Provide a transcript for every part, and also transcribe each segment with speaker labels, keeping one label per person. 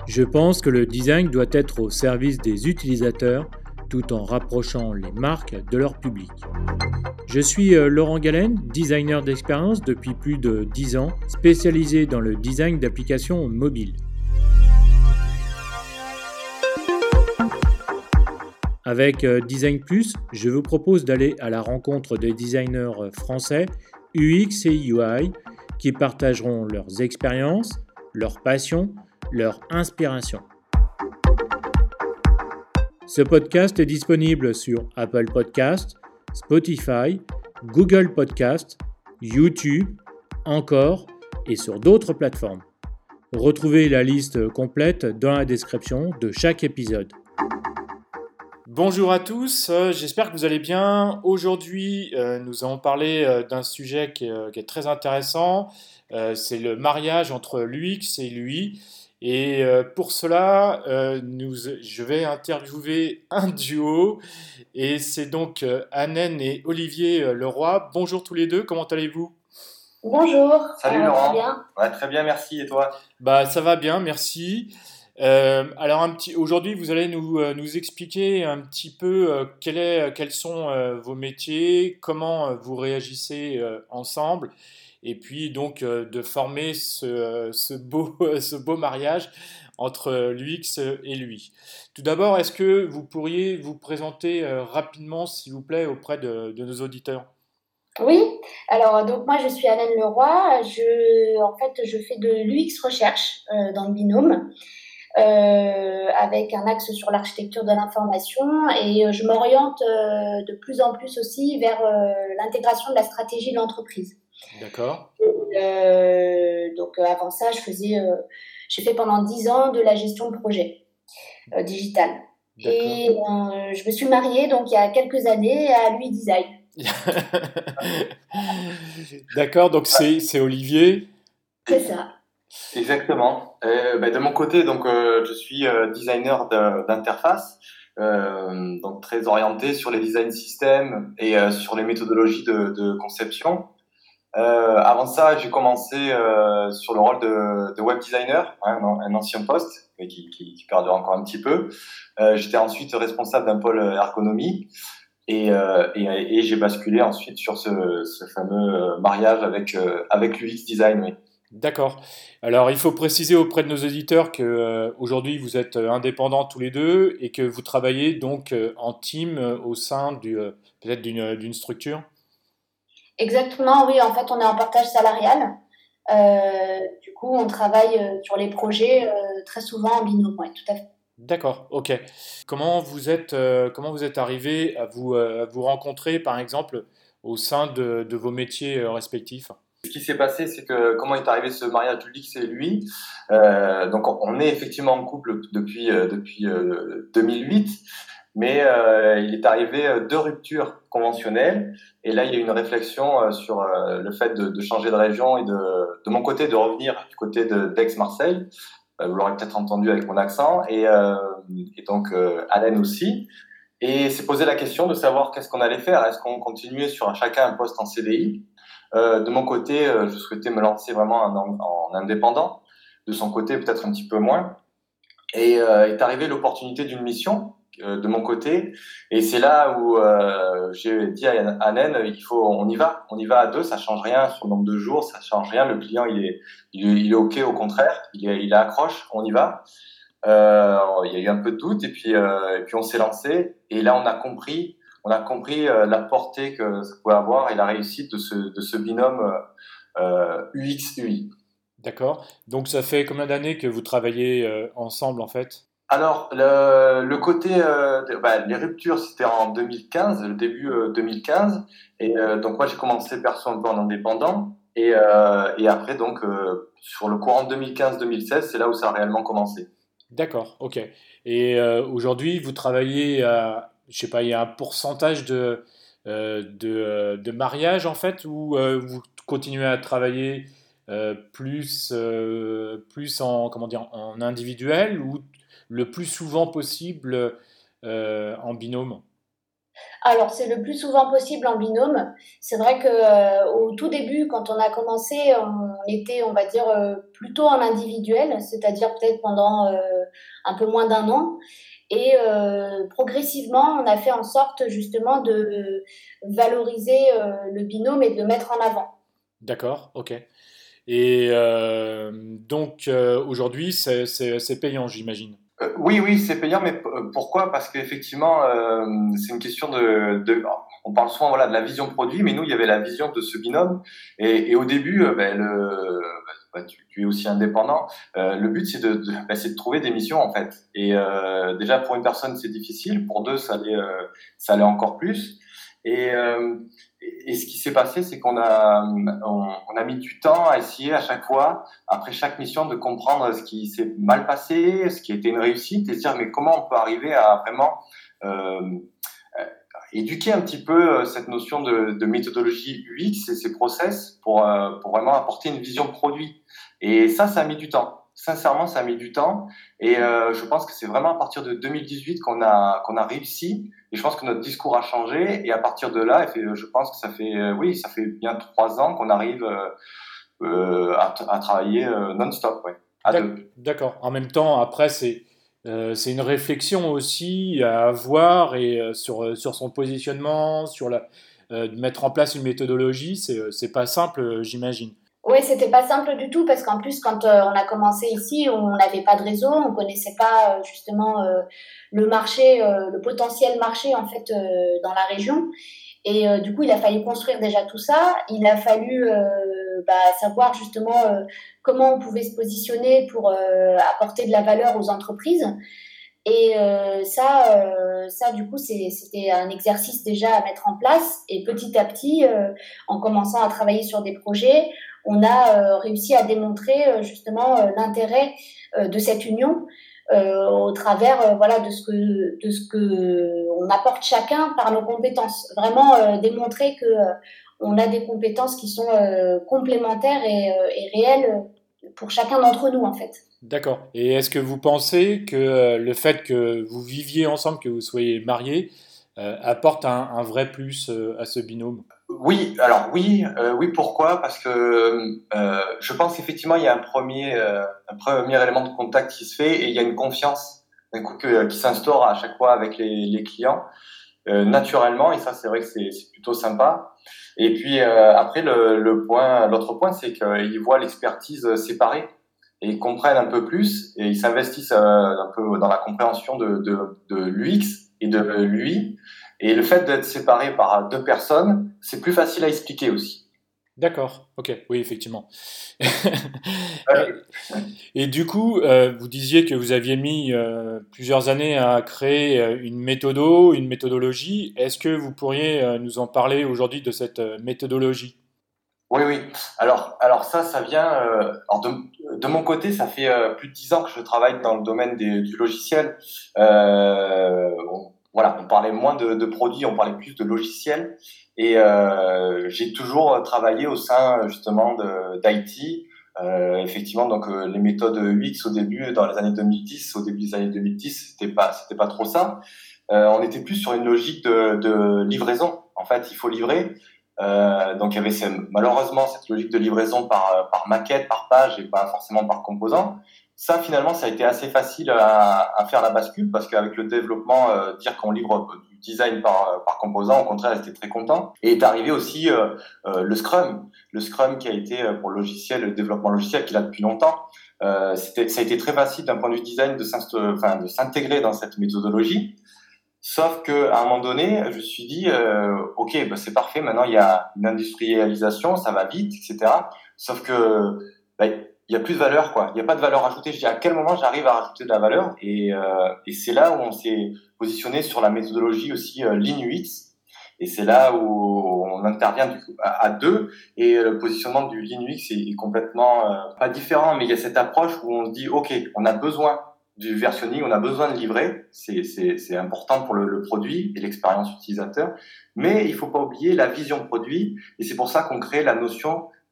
Speaker 1: Je pense que le design doit être au service des utilisateurs tout en rapprochant les marques de leur public. Je suis Laurent Galen, designer d'expérience depuis plus de 10 ans, spécialisé dans le design d'applications mobiles. Avec Design Plus, je vous propose d'aller à la rencontre des designers français UX et UI qui partageront leurs expériences, leurs passions, leur inspiration. Ce podcast est disponible sur Apple Podcasts, Spotify, Google Podcasts, YouTube, encore et sur d'autres plateformes. Retrouvez la liste complète dans la description de chaque épisode. Bonjour à tous, j'espère que vous allez bien. Aujourd'hui, nous allons parler d'un sujet qui est très intéressant. C'est le mariage entre l'UX et l'UI. Et pour cela, je vais interviewer un duo. Et c'est donc Annen et Olivier Leroy. Bonjour tous les deux, comment allez-vous?
Speaker 2: Bonjour,
Speaker 3: Salut
Speaker 2: très
Speaker 3: Laurent.
Speaker 2: bien.
Speaker 3: Ouais, très bien, merci. Et toi?
Speaker 1: Ça va bien, merci. Alors aujourd'hui, vous allez nous expliquer un petit peu quels sont vos métiers, comment vous réagissez ensemble, et puis donc de former ce beau mariage entre l'UX et lui. Tout d'abord, est-ce que vous pourriez vous présenter rapidement, s'il vous plaît, auprès de nos auditeurs?
Speaker 2: Oui, alors donc moi je suis Alain Leroy. En fait, je fais de l'UX recherche dans le binôme avec un axe sur l'architecture de l'information et je m'oriente de plus en plus aussi vers l'intégration de la stratégie de l'entreprise.
Speaker 1: D'accord.
Speaker 2: Donc avant ça, j'ai fait pendant 10 ans de la gestion de projet digital.
Speaker 1: D'accord.
Speaker 2: Et je me suis mariée donc il y a quelques années à l'UI Design.
Speaker 1: D'accord, donc c'est Olivier.
Speaker 2: C'est ça.
Speaker 3: Exactement. De mon côté, donc, je suis designer d'interface, donc très orienté sur les design systems et sur les méthodologies de conception. Avant ça, j'ai commencé sur le rôle de web designer, hein, un ancien poste, mais qui perdure encore un petit peu. J'étais ensuite responsable d'un pôle ergonomie. Et j'ai basculé ensuite sur ce fameux mariage avec l'UX design, oui.
Speaker 1: D'accord. Alors, il faut préciser auprès de nos auditeurs que aujourd'hui vous êtes indépendants tous les deux et que vous travaillez donc en team au sein peut-être d'une structure.
Speaker 2: Exactement, oui. En fait, on est en partage salarial. Du coup, on travaille sur les projets très souvent en binôme. Oui, tout à fait.
Speaker 1: D'accord, ok. Comment vous êtes arrivé à vous rencontrer, par exemple, au sein de vos métiers respectifs?
Speaker 3: Ce qui s'est passé, c'est que comment est arrivé ce mariage de Lix et lui. Donc, on est effectivement en couple depuis 2008, mais il est arrivé deux ruptures conventionnelles. Et là, il y a eu une réflexion sur le fait de changer de région et de mon côté de revenir du côté d'Aix-Marseille. Vous l'aurez peut-être entendu avec mon accent, et donc Alain aussi. Et s'est posé la question de savoir qu'est-ce qu'on allait faire. Est-ce qu'on continuait sur chacun un poste en CDI? De mon côté, je souhaitais me lancer vraiment en indépendant. De son côté, peut-être un petit peu moins. Et est arrivée l'opportunité d'une mission de mon côté. Et c'est là où j'ai dit à Annen, on y va à deux, ça change rien sur le nombre de jours, ça change rien. Le client, il est OK, au contraire, il est accroche, on y va. Il y a eu un peu de doute et puis on s'est lancé. Et là, on a compris la portée que ça pouvait avoir et la réussite de ce binôme UX-UI.
Speaker 1: D'accord. Donc, ça fait combien d'années que vous travaillez ensemble, en fait?
Speaker 3: Alors, le côté, les ruptures, c'était en 2015, le début 2015. Et donc, moi, j'ai commencé perso un peu en indépendant. Et après, donc, sur le courant 2015-2016, c'est là où ça a réellement commencé.
Speaker 1: D'accord, ok. Et aujourd'hui, vous travaillez je sais pas, il y a un pourcentage de mariage en fait, ou vous continuez à travailler plus en, comment dire, en individuel ou le plus souvent possible en binôme?
Speaker 2: Alors, c'est le plus souvent possible en binôme. C'est vrai que au tout début, quand on a commencé, on était, on va dire, plutôt en individuel, c'est-à-dire peut-être pendant un peu moins d'un an. Et progressivement, on a fait en sorte justement de valoriser le binôme et de le mettre en avant.
Speaker 1: D'accord, ok. Et donc aujourd'hui, c'est payant, j'imagine.
Speaker 3: Oui, oui, c'est payant, mais pourquoi? Parce qu'effectivement, c'est une question on parle souvent voilà de la vision produit, mais nous, il y avait la vision de ce binôme. Et au début, tu es aussi indépendant. Le but, c'est de trouver des missions en fait. Et déjà pour une personne, c'est difficile. Pour deux, ça allait encore plus. Et, euh, et ce qui s'est passé, c'est on a mis du temps à essayer à chaque fois après chaque mission de comprendre ce qui s'est mal passé, ce qui a été une réussite et se dire mais comment on peut arriver à vraiment euh, éduquer un petit peu cette notion de méthodologie UX et ces process pour vraiment apporter une vision produit. Et ça a mis du temps. Sincèrement, ça a mis du temps. Et je pense que c'est vraiment à partir de 2018 qu'on a réussi. Et je pense que notre discours a changé. Et à partir de là, je pense que oui, ça fait bien 3 ans qu'on arrive à travailler non-stop, ouais, à deux.
Speaker 1: D'accord. En même temps, après, c'est une réflexion aussi à avoir et sur son positionnement, de mettre en place une méthodologie, c'est pas simple, j'imagine.
Speaker 2: Oui, c'était pas simple du tout parce qu'en plus, quand on a commencé ici, on n'avait pas de réseau, on connaissait pas justement le marché, le potentiel marché en fait dans la région. Et du coup, il a fallu construire déjà tout ça. Il a fallu savoir justement comment on pouvait se positionner pour apporter de la valeur aux entreprises. Et ça, du coup, c'était un exercice déjà à mettre en place. Et petit à petit, en commençant à travailler sur des projets, on a réussi à démontrer justement l'intérêt de cette union au travers voilà de ce que on apporte chacun par nos compétences. Vraiment démontrer que on a des compétences qui sont complémentaires et réelles pour chacun d'entre nous en fait.
Speaker 1: D'accord. Et est-ce que vous pensez que le fait que vous viviez ensemble, que vous soyez mariés, apporte un vrai plus à ce binôme?
Speaker 3: Oui, alors oui, oui, pourquoi? Parce que je pense qu'effectivement, il y a un premier élément de contact qui se fait et il y a une confiance d'un coup qui s'instaure à chaque fois avec les clients naturellement et ça, c'est vrai que c'est plutôt sympa. Et puis après, l'autre point, c'est qu'ils voient l'expertise séparée et ils comprennent un peu plus et ils s'investissent un peu dans la compréhension de l'UX et de lui. Et le fait d'être séparé par deux personnes, c'est plus facile à expliquer aussi.
Speaker 1: D'accord, ok, oui, effectivement. Et,
Speaker 3: Euh,
Speaker 1: et du coup, vous disiez que vous aviez mis plusieurs années à créer une méthodologie. Est-ce que vous pourriez nous en parler aujourd'hui de cette méthodologie?
Speaker 3: oui, oui. Alors ça vient. De mon côté, ça fait plus de 10 ans que je travaille dans le domaine du logiciel. Voilà, on parlait moins de produits, on parlait plus de logiciels. Et j'ai toujours travaillé au sein justement d'IT. Effectivement, donc les méthodes UX au début, dans les années 2010, au début des années 2010, c'était pas trop ça. On était plus sur une logique de livraison. En fait, il faut livrer. Donc il y avait malheureusement cette logique de livraison par maquette, par page et pas forcément par composant. Ça finalement ça a été assez facile à faire la bascule parce qu'avec le développement, dire qu'on livre du design par composant, au contraire, j'étais très content. Et est arrivé aussi le Scrum qui a été pour le logiciel, le développement logiciel qui l'a depuis longtemps. Ça a été très facile d'un point de vue design de s'intégrer dans cette méthodologie. Sauf que à un moment donné, je me suis dit, ok, bah, c'est parfait. Maintenant, il y a une industrialisation, ça va vite, etc. Sauf que bah, il y a plus de valeur, quoi. Il n'y a pas de valeur ajoutée. Je dis à quel moment j'arrive à rajouter de la valeur et c'est là où on s'est positionné sur la méthodologie aussi Lean UX. Et c'est là où on intervient du coup, à deux. Et le positionnement du Lean UX est complètement pas différent, mais il y a cette approche où on se dit, ok, on a besoin du versionning, on a besoin de livrer, c'est important pour le produit et l'expérience utilisateur, mais il faut pas oublier la vision produit, et c'est pour ça qu'on crée la notion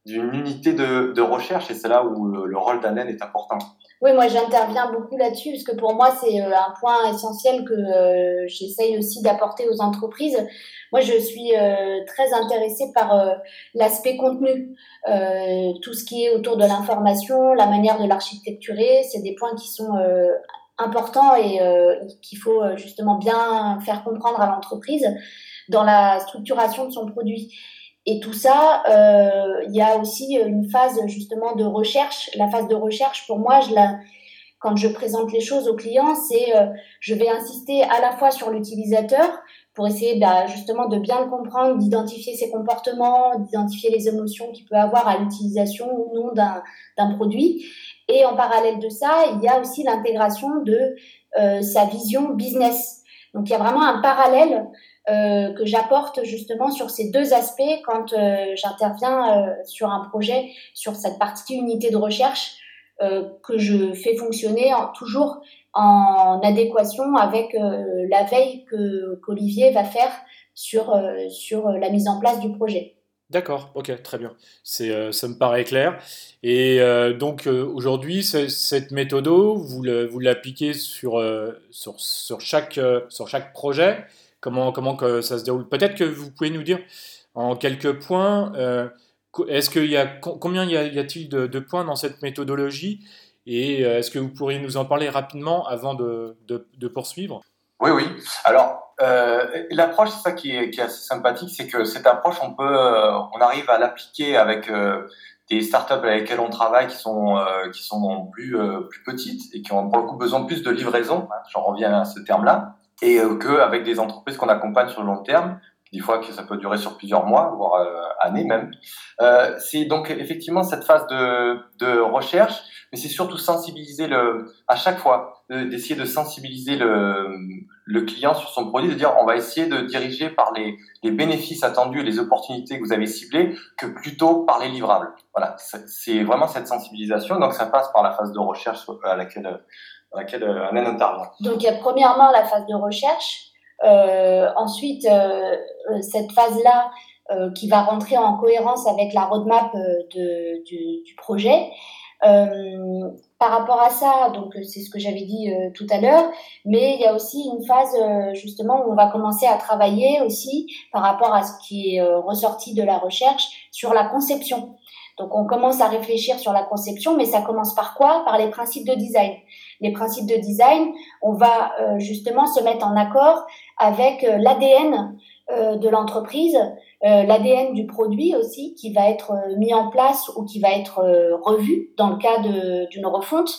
Speaker 3: d'une unité de recherche, et c'est là où le rôle d'Anen est important.
Speaker 2: Oui, moi j'interviens beaucoup là-dessus parce que pour moi c'est un point essentiel que j'essaye aussi d'apporter aux entreprises. Moi je suis très intéressée par l'aspect contenu, tout ce qui est autour de l'information, la manière de l'architecturer, c'est des points qui sont importants et qu'il faut justement bien faire comprendre à l'entreprise dans la structuration de son produit. Et tout ça, il y a aussi une phase justement de recherche. La phase de recherche, pour moi, quand je présente les choses aux clients, je vais insister à la fois sur l'utilisateur pour essayer justement de bien le comprendre, d'identifier ses comportements, d'identifier les émotions qu'il peut avoir à l'utilisation ou non d'un produit. Et en parallèle de ça, il y a aussi l'intégration de sa vision business. Donc, il y a vraiment un parallèle que j'apporte justement sur ces deux aspects quand j'interviens sur un projet, sur cette partie unité de recherche que je fais fonctionner toujours en adéquation avec la veille qu'Olivier va faire sur la mise en place du projet.
Speaker 1: D'accord, ok, très bien. Ça me paraît clair. Et donc aujourd'hui, cette méthode, vous l'appliquez sur chaque projet. Comment que ça se déroule? Peut-être que vous pouvez nous dire en quelques points, est-ce qu'il y a, combien y a-t-il de points dans cette méthodologie? Et est-ce que vous pourriez nous en parler rapidement avant de poursuivre?
Speaker 3: Oui, oui. Alors, l'approche, c'est ça qui est assez sympathique, c'est que cette approche, on arrive à l'appliquer avec des startups avec lesquelles on travaille qui sont plus petites et qui ont pour le coup besoin de plus de livraison. Hein, j'en reviens à ce terme-là, et qu'avec des entreprises qu'on accompagne sur le long terme, des fois que ça peut durer sur plusieurs mois, voire années même. C'est donc effectivement cette phase de recherche, mais c'est surtout sensibiliser à chaque fois, d'essayer de sensibiliser le client sur son produit, de dire on va essayer de diriger par les bénéfices attendus et les opportunités que vous avez ciblées que plutôt par les livrables. Voilà, c'est vraiment cette sensibilisation. Donc ça passe par la phase de recherche à laquelle Anen intervient.
Speaker 2: Donc il y a premièrement la phase de recherche, ensuite cette phase-là qui va rentrer en cohérence avec la roadmap du projet. Par rapport à ça, donc c'est ce que j'avais dit tout à l'heure, mais il y a aussi une phase justement où on va commencer à travailler aussi par rapport à ce qui est ressorti de la recherche sur la conception. Donc on commence à réfléchir sur la conception, mais ça commence par quoi? Par les principes de design. Les principes de design, on va justement se mettre en accord avec l'ADN de l'entreprise, l'ADN du produit aussi qui va être mis en place ou qui va être revu dans le cas d'une refonte.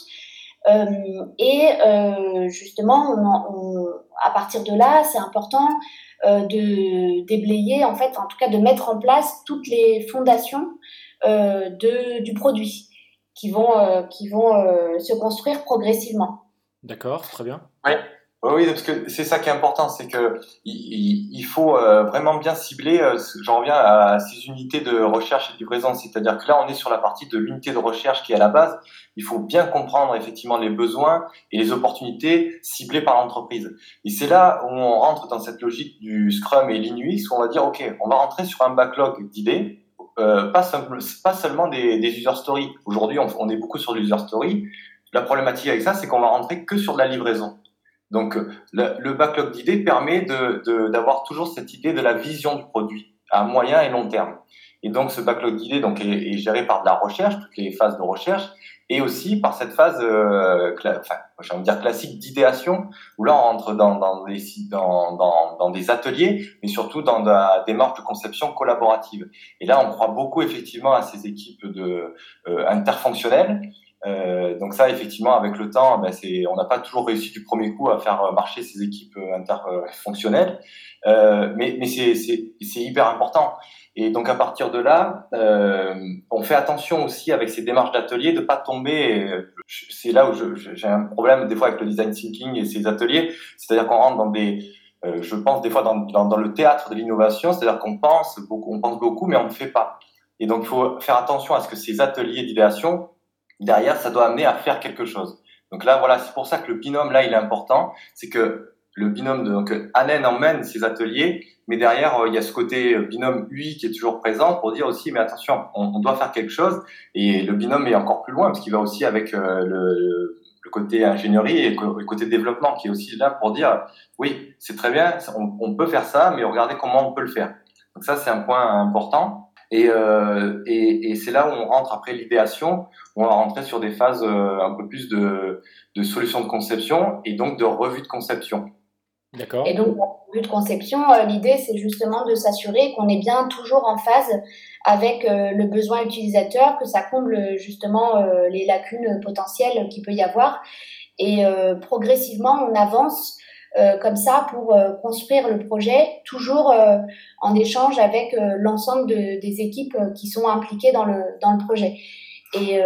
Speaker 2: Justement, à partir de là, c'est important de déblayer, en fait, en tout cas de mettre en place toutes les fondations du produit qui vont se construire progressivement.
Speaker 1: D'accord, très bien.
Speaker 3: Oui. Oui, parce que c'est ça qui est important, c'est que il faut vraiment bien cibler. J'en reviens à ces unités de recherche et de livraison, c'est-à-dire que là, on est sur la partie de l'unité de recherche qui est à la base. Il faut bien comprendre effectivement les besoins et les opportunités ciblées par l'entreprise. Et c'est là où on rentre dans cette logique du Scrum et Lean UX, où on va dire, ok, on va rentrer sur un backlog d'idées, pas seulement des user stories. Aujourd'hui, on est beaucoup sur l'user story. La problématique avec ça, c'est qu'on va rentrer que sur de la livraison. Donc, le backlog d'idées permet d'avoir toujours cette idée de la vision du produit à moyen et long terme. Et donc, ce backlog d'idées est géré par de la recherche, toutes les phases de recherche, et aussi par cette phase, j'ai envie de dire classique d'idéation, où là, on rentre dans des ateliers, mais surtout dans la démarche de conception collaborative. Et là, on croit beaucoup effectivement à ces équipes interfonctionnelles. Donc ça, effectivement, avec le temps, on n'a pas toujours réussi du premier coup à faire marcher ces équipes interfonctionnelles, mais c'est hyper important. Et donc à partir de là, on fait attention aussi avec ces démarches d'atelier de pas tomber. C'est là où j'ai un problème des fois avec le design thinking et ces ateliers, c'est-à-dire qu'on rentre dans je pense des fois dans le théâtre de l'innovation, c'est-à-dire qu'on pense beaucoup, mais on ne fait pas. Et donc il faut faire attention à ce que ces ateliers d'idéation derrière, ça doit amener à faire quelque chose. Donc là, voilà, c'est pour ça que le binôme, là, il est important. C'est que le binôme donc Anen emmène ses ateliers, mais derrière il y a ce côté binôme UI qui est toujours présent pour dire aussi mais attention, on doit faire quelque chose, et le binôme est encore plus loin parce qu'il va aussi avec le côté ingénierie et le côté développement qui est aussi là pour dire oui, c'est très bien, on peut faire ça, mais regardez comment on peut le faire. Donc ça, c'est un point important. Et c'est là où on rentre après l'idéation, où on va rentrer sur des phases un peu plus de solutions de conception et donc de revue de conception.
Speaker 2: D'accord. Et donc, en revue de conception, l'idée, c'est justement de s'assurer qu'on est bien toujours en phase avec le besoin utilisateur, que ça comble justement les lacunes potentielles qu'il peut y avoir. Et progressivement, on avance comme ça pour construire le projet, toujours en échange avec l'ensemble des équipes qui sont impliquées dans le projet. Et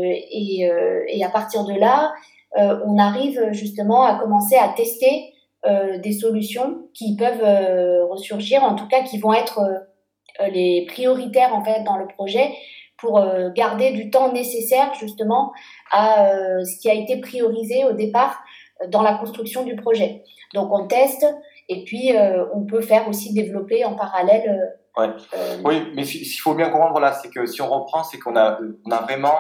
Speaker 2: à partir de là, on arrive justement à commencer à tester des solutions qui peuvent ressurgir, en tout cas qui vont être les prioritaires en fait dans le projet pour garder du temps nécessaire justement à ce qui a été priorisé au départ dans la construction du projet. Donc on teste et puis on peut faire aussi développer en parallèle.
Speaker 3: Oui, mais s'il faut bien comprendre, voilà, c'est que si on reprend, c'est qu'on a vraiment,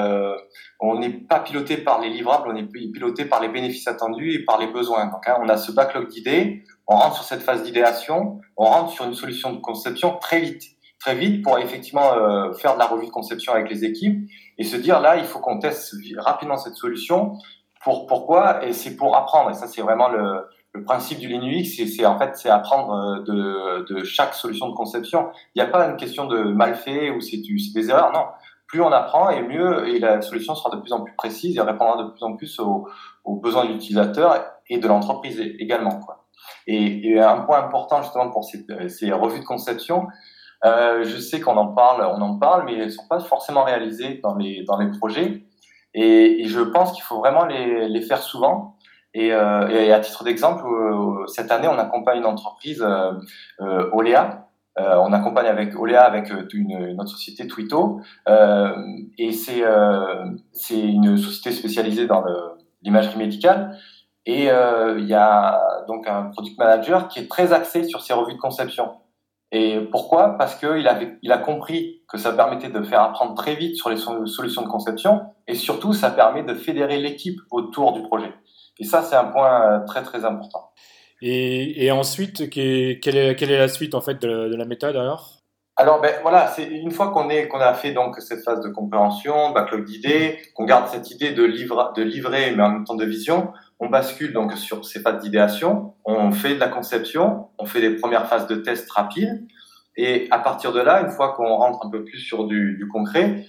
Speaker 3: on n'est pas piloté par les livrables, on est piloté par les bénéfices attendus et par les besoins. Donc, on a ce backlog d'idées, on rentre sur cette phase d'idéation, on rentre sur une solution de conception très vite pour effectivement faire de la revue de conception avec les équipes et se dire là, il faut qu'on teste rapidement cette solution. Pourquoi? Et c'est pour apprendre. Et ça, c'est vraiment le principe du Lean UX, c'est apprendre de chaque solution de conception. Il n'y a pas une question de mal fait ou c'est des erreurs. Non, plus on apprend et mieux, et la solution sera de plus en plus précise et répondra de plus en plus aux besoins de l'utilisateur et de l'entreprise également, quoi. Et un point important justement pour ces revues de conception, je sais qu'on en parle, mais elles ne sont pas forcément réalisées dans les projets. Et je pense qu'il faut vraiment les faire souvent. Et à titre d'exemple, cette année, on accompagne une entreprise, Olea. On accompagne avec Olea avec une autre société, Twito. Et c'est une société spécialisée dans l'imagerie médicale. Et il y a donc un product manager qui est très axé sur ces revues de conception. Et pourquoi? Parce qu'il a compris que ça permettait de faire apprendre très vite sur les solutions de conception et surtout, ça permet de fédérer l'équipe autour du projet. Et ça, c'est un point très, très important.
Speaker 1: Et ensuite, quelle est la suite en fait de la méthode alors?
Speaker 3: Alors, voilà, c'est une fois qu'on a fait donc cette phase de compréhension, backlog d'idées, qu'on garde cette idée de livrer, mais en même temps de vision, on bascule donc sur ces phases d'idéation, on fait de la conception, on fait des premières phases de tests rapides, et à partir de là, une fois qu'on rentre un peu plus sur du concret,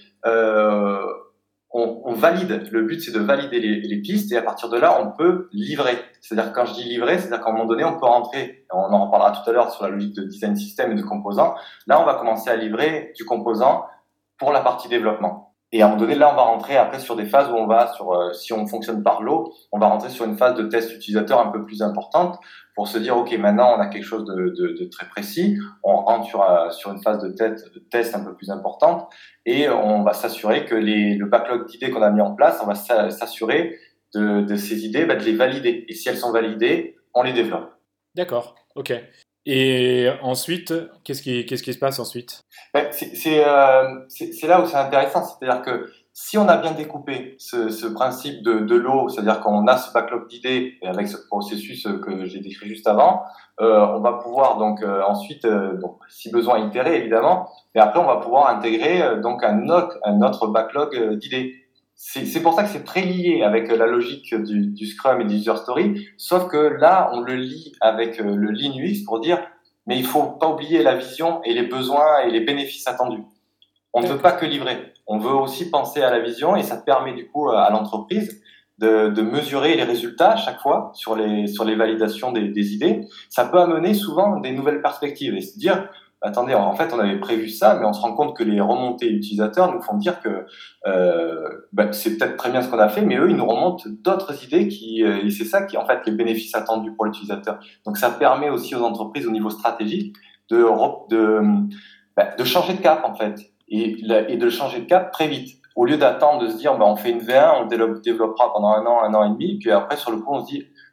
Speaker 3: on valide. Le but, c'est de valider les pistes, et à partir de là, on peut livrer. C'est-à-dire, quand je dis livrer, c'est-à-dire qu'à un moment donné, on peut rentrer, on en reparlera tout à l'heure sur la logique de design system et de composants. Là, on va commencer à livrer du composant pour la partie développement. Et à un moment donné, là, on va rentrer après sur des phases où on va si on fonctionne par lot, on va rentrer sur une phase de test utilisateur un peu plus importante pour se dire, OK, maintenant, on a quelque chose de très précis. On rentre sur une phase de test un peu plus importante et on va s'assurer que le backlog d'idées qu'on a mis en place, on va s'assurer de ces idées, de les valider. Et si elles sont validées, on les développe.
Speaker 1: D'accord, OK. Et ensuite, qu'est-ce qui se passe ensuite?
Speaker 3: C'est là où c'est intéressant, c'est-à-dire que si on a bien découpé ce principe de l'eau, c'est-à-dire qu'on a ce backlog d'idées et avec ce processus que j'ai décrit juste avant, on va pouvoir donc ensuite, donc, si besoin, itérer évidemment, mais après on va pouvoir intégrer donc un autre backlog d'idées. C'est pour ça que c'est très lié avec la logique du Scrum et du User Story, sauf que là, on le lie avec le Lean UX pour dire, mais il faut pas oublier la vision et les besoins et les bénéfices attendus. On ne veut pas que livrer, on veut aussi penser à la vision et ça permet du coup à l'entreprise de mesurer les résultats à chaque fois sur les validations des idées. Ça peut amener souvent des nouvelles perspectives et se dire, attendez, en fait, on avait prévu ça, mais on se rend compte que les remontées utilisateurs nous font dire que c'est peut-être très bien ce qu'on a fait, mais eux, ils nous remontent d'autres idées et c'est ça qui est en fait les bénéfices attendus pour l'utilisateur. Donc, ça permet aussi aux entreprises au niveau stratégique de changer de cap, en fait, et de changer de cap très vite. Au lieu d'attendre de se dire, on fait une V1, on développera pendant un an et demi, puis après, sur le coup, on se dit,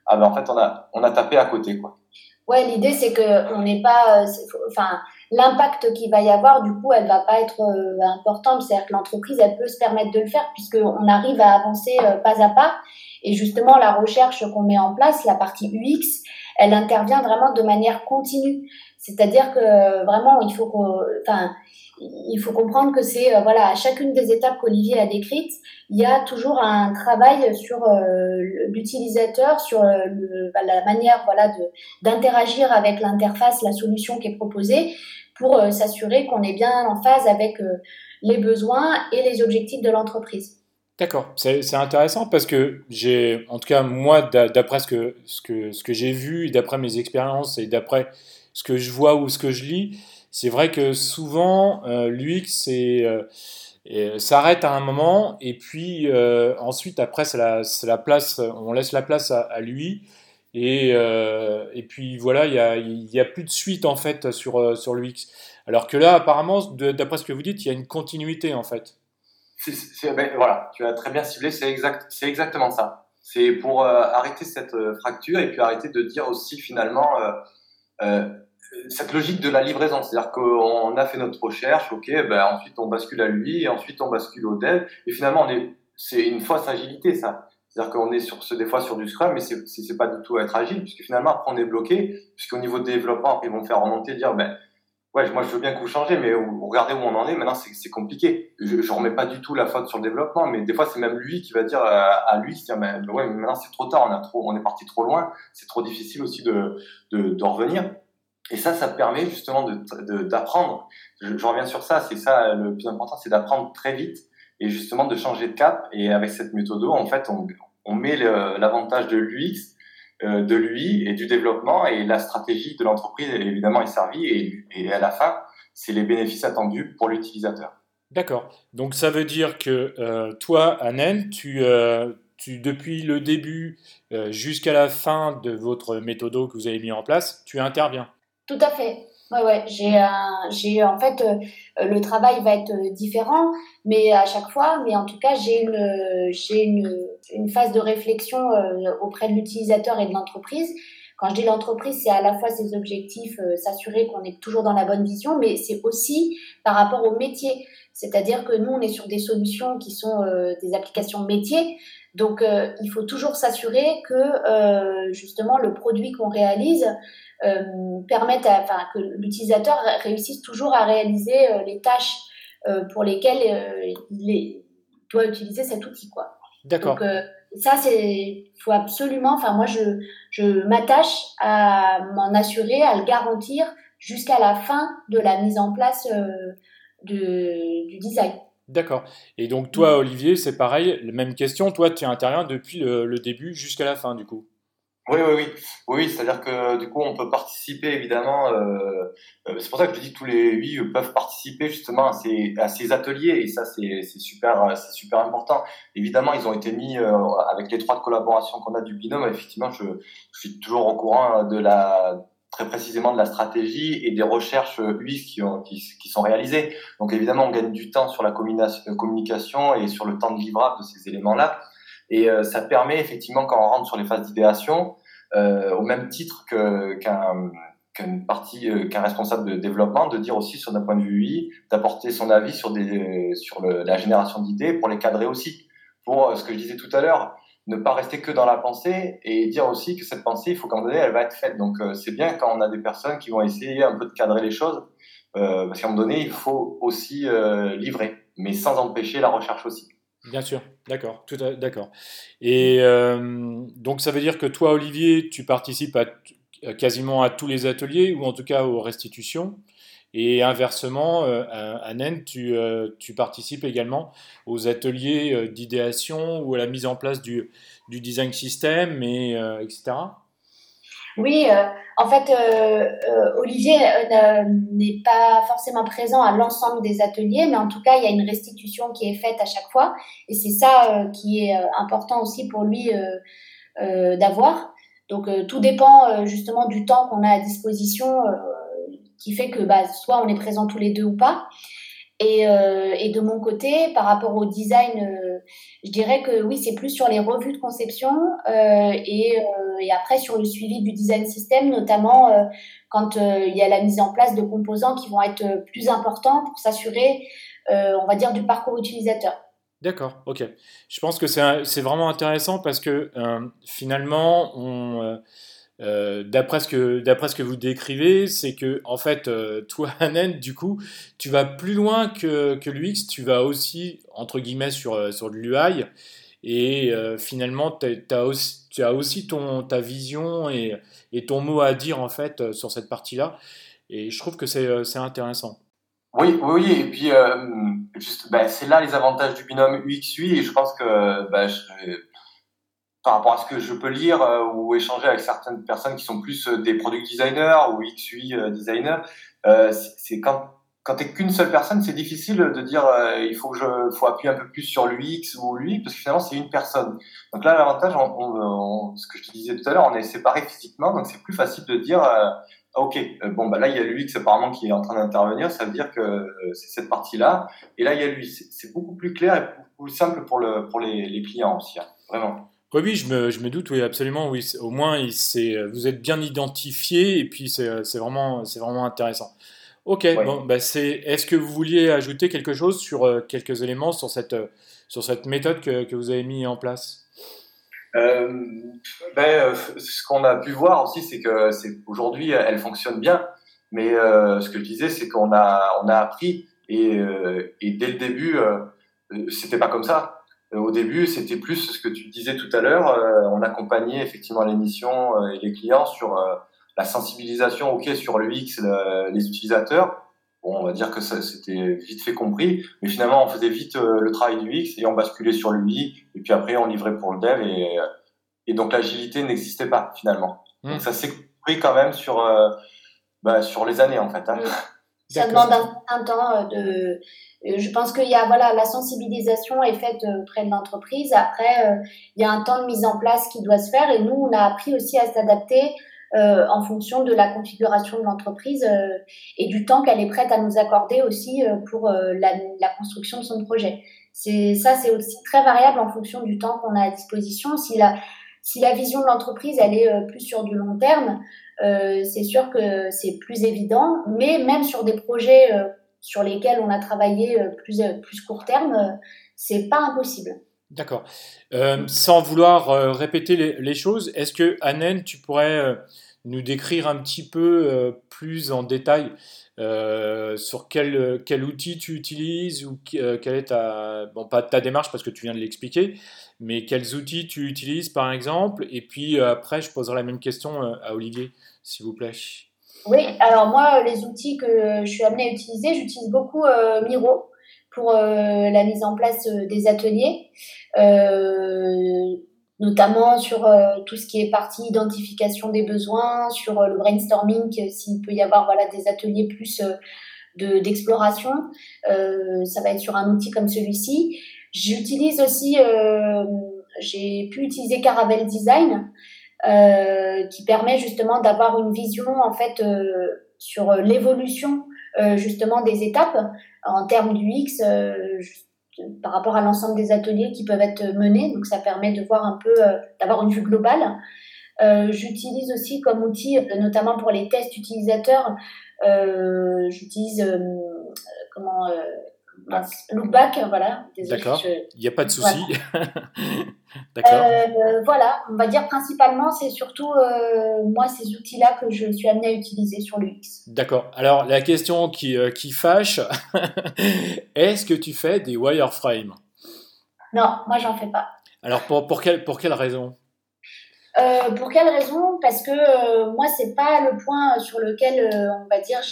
Speaker 3: ah ben en fait on a tapé à côté quoi.
Speaker 2: Ouais, l'idée c'est que on n'est pas, enfin, l'impact qu'il va y avoir, du coup, elle va pas être importante. C'est-à-dire que l'entreprise, elle peut se permettre de le faire puisqu'on arrive à avancer pas à pas. Et justement, la recherche qu'on met en place, la partie UX, elle intervient vraiment de manière continue. C'est-à-dire que vraiment, enfin, il faut comprendre que c'est voilà, à chacune des étapes qu'Olivier a décrites, il y a toujours un travail sur l'utilisateur, sur la manière voilà d'interagir avec l'interface, la solution qui est proposée, pour s'assurer qu'on est bien en phase avec les besoins et les objectifs de l'entreprise.
Speaker 1: D'accord, c'est intéressant parce que en tout cas moi, d'après ce que j'ai vu, et d'après mes expériences et d'après ce que je vois ou ce que je lis, c'est vrai que souvent l'UX s'arrête à un moment et puis ensuite après c'est la place, on laisse la place à lui et puis voilà, il y a plus de suite en fait sur l'UX. Alors que là apparemment, d'après ce que vous dites, il y a une continuité en fait.
Speaker 3: Ben, voilà, tu as très bien ciblé, c'est exactement ça. C'est pour arrêter cette fracture et puis arrêter de dire aussi finalement euh, cette logique de la livraison. C'est-à-dire qu'on a fait notre recherche, ok, ben ensuite on bascule à lui, et ensuite on bascule au dev, et finalement c'est une fausse agilité ça. C'est-à-dire qu'on est des fois sur du Scrum, mais c'est pas du tout être agile, puisque finalement après on est bloqué, puisqu'au niveau de développement, après, ils vont faire remonter, dire ben ouais, moi je veux bien que vous changez, mais regardez où on en est. Maintenant, c'est compliqué. Je remets pas du tout la faute sur le développement, mais des fois c'est même lui qui va dire à lui, se dire, mais ouais, mais maintenant c'est trop tard, on est parti trop loin, c'est trop difficile aussi de revenir. Et ça permet justement d'apprendre. Je reviens sur ça, c'est ça le plus important, c'est d'apprendre très vite et justement de changer de cap. Et avec cette méthode, en fait, on met l'avantage de l'UX de lui et du développement et la stratégie de l'entreprise évidemment est servie et à la fin c'est les bénéfices attendus pour l'utilisateur.
Speaker 1: D'accord. Donc ça veut dire que toi, Anen, depuis le début jusqu'à la fin de votre méthodo que vous avez mis en place, tu interviens.
Speaker 2: Tout à fait. Ouais, ouais. En fait, le travail va être différent, mais à chaque fois, mais en tout cas, une phase de réflexion auprès de l'utilisateur et de l'entreprise. Quand je dis l'entreprise, c'est à la fois ses objectifs, s'assurer qu'on est toujours dans la bonne vision, mais c'est aussi par rapport au métier. C'est-à-dire que nous, on est sur des solutions qui sont des applications métiers. Donc, il faut toujours s'assurer que justement le produit qu'on réalise que l'utilisateur réussisse toujours à réaliser les tâches pour lesquelles il doit utiliser cet outil, quoi.
Speaker 1: D'accord.
Speaker 2: Donc ça, faut absolument. Enfin, moi, je m'attache à m'en assurer, à le garantir jusqu'à la fin de la mise en place du design.
Speaker 1: D'accord. Et donc toi, Olivier, c'est pareil, la même question. Toi, tu interviens depuis le début jusqu'à la fin, du coup.
Speaker 3: Oui, c'est-à-dire que du coup, on peut participer évidemment. C'est pour ça que je dis que tous les 8 peuvent participer justement à ces ateliers et ça, c'est super important. Évidemment, ils ont été mis avec l'étroite collaboration qu'on a du binôme. Effectivement, je suis toujours au courant très précisément de la stratégie et des recherches UX qui sont réalisées. Donc évidemment, on gagne du temps sur la communication et sur le temps de livrable de ces éléments-là. Et ça permet effectivement, quand on rentre sur les phases d'idéation, au même titre qu'un responsable de développement, de dire aussi sur d'un point de vue UI, d'apporter son avis sur la génération d'idées pour les cadrer aussi. Pour ce que je disais tout à l'heure, ne pas rester que dans la pensée et dire aussi que cette pensée, il faut qu'à un moment donné, elle va être faite. Donc c'est bien quand on a des personnes qui vont essayer un peu de cadrer les choses, parce qu'à un moment donné, il faut aussi livrer, mais sans empêcher la recherche aussi.
Speaker 1: Bien sûr, d'accord, d'accord. Et donc ça veut dire que toi, Olivier, tu participes quasiment à tous les ateliers, ou en tout cas aux restitutions. Et inversement, Anen, tu participes également aux ateliers d'idéation ou à la mise en place du design system, etc.
Speaker 2: Oui, en fait, Olivier n'est pas forcément présent à l'ensemble des ateliers, mais en tout cas, il y a une restitution qui est faite à chaque fois, et c'est ça qui est important aussi pour lui d'avoir. Donc, tout dépend justement du temps qu'on a à disposition, qui fait que soit on est présent tous les deux ou pas. Et de mon côté, par rapport au design je dirais que oui, c'est plus sur les revues de conception et après sur le suivi du design system, notamment quand il y a la mise en place de composants qui vont être plus importants pour s'assurer, on va dire, du parcours utilisateur.
Speaker 1: D'accord, ok. Je pense que c'est vraiment intéressant parce que finalement, d'après ce que vous décrivez, c'est que en fait, toi, Anen, du coup, tu vas plus loin que l'UX, tu vas aussi, entre guillemets, sur de l'UI, et finalement, tu as aussi ta vision et ton mot à dire, en fait, sur cette partie-là, et je trouve que c'est intéressant.
Speaker 3: Oui, oui, oui. Et puis, juste, c'est là les avantages du binôme UX-UI. Et je pense que par rapport à ce que je peux lire ou échanger avec certaines personnes qui sont plus des product designers ou UX/UI designers, c'est quand t'es qu'une seule personne, c'est difficile de dire faut appuyer un peu plus sur l'UX ou lui parce que finalement c'est une personne. Donc là l'avantage, ce que je te disais tout à l'heure, on est séparés physiquement, donc c'est plus facile de dire ok, bon là il y a l'UX apparemment qui est en train d'intervenir, ça veut dire que c'est cette partie-là, et là il y a lui. C'est beaucoup plus clair et beaucoup plus simple pour les clients aussi, hein, vraiment.
Speaker 1: Oui, oui, je me doute, oui, absolument, oui. Au moins, vous êtes bien identifié et puis c'est vraiment intéressant. Ok,
Speaker 3: Ouais.
Speaker 1: bon, bah est-ce que vous vouliez ajouter quelque chose sur quelques éléments sur cette méthode que vous avez mis en place?
Speaker 3: Euh, ce qu'on a pu voir aussi, c'est que aujourd'hui, elle fonctionne bien. Mais ce que je disais, c'est qu'on a appris et dès le début, c'était pas comme ça. Au début, c'était plus ce que tu disais tout à l'heure. On accompagnait effectivement les missions et les clients sur la sensibilisation, ok, sur l'UX, les utilisateurs. Bon, on va dire que ça, c'était vite fait compris, mais finalement, on faisait vite le travail du X et on basculait sur l'UI, et puis après, on livrait pour le dev, et donc l'agilité n'existait pas finalement.
Speaker 1: Hmm,
Speaker 3: Donc ça s'est compris quand même sur les années en fait, hein.
Speaker 2: Ça
Speaker 1: d'accord.
Speaker 2: demande un temps je pense qu'il y a, voilà, la sensibilisation est faite auprès de l'entreprise. Après, il y a un temps de mise en place qui doit se faire et nous, on a appris aussi à s'adapter en fonction de la configuration de l'entreprise et du temps qu'elle est prête à nous accorder aussi pour la construction de son projet. C'est aussi très variable en fonction du temps qu'on a à disposition. Si la vision de l'entreprise, elle est plus sur du long terme, c'est sûr que c'est plus évident, mais même sur des projets sur lesquels on a travaillé plus court terme, c'est pas impossible.
Speaker 1: D'accord. Sans vouloir répéter les choses, est-ce que, Anen, tu pourrais nous décrire un petit peu plus en détail sur quel outil tu utilises ou quelle est bon, pas ta démarche parce que tu viens de l'expliquer, mais quels outils tu utilises par exemple, et puis après je poserai la même question à Olivier, s'il vous plaît.
Speaker 2: Oui, alors moi, les outils que je suis amenée à utiliser, j'utilise beaucoup Miro pour la mise en place des ateliers, euh, notamment sur tout ce qui est partie identification des besoins, sur le brainstorming, s'il peut y avoir voilà, des ateliers plus d'exploration. Ça va être sur un outil comme celui-ci. J'utilise aussi, j'ai pu utiliser Caravelle Design qui permet justement d'avoir une vision en fait sur l'évolution justement des étapes en termes du X par rapport à l'ensemble des ateliers qui peuvent être menés. Donc ça permet de voir un peu, d'avoir une vue globale. J'utilise aussi comme outil, notamment pour les tests utilisateurs, j'utilise comment Loopback, voilà. Désolée,
Speaker 1: D'accord, il n'y a pas de
Speaker 2: voilà.
Speaker 1: souci. D'accord.
Speaker 2: Voilà, on va dire principalement, c'est surtout moi ces outils-là que je suis amenée à utiliser sur l'UX.
Speaker 1: D'accord. Alors, la question qui fâche, est-ce que tu fais des wireframes?
Speaker 2: Non, moi j'en fais pas.
Speaker 1: Alors, pour quelle raison?
Speaker 2: Pour quelle raison? Parce que moi c'est pas le point sur lequel on va dire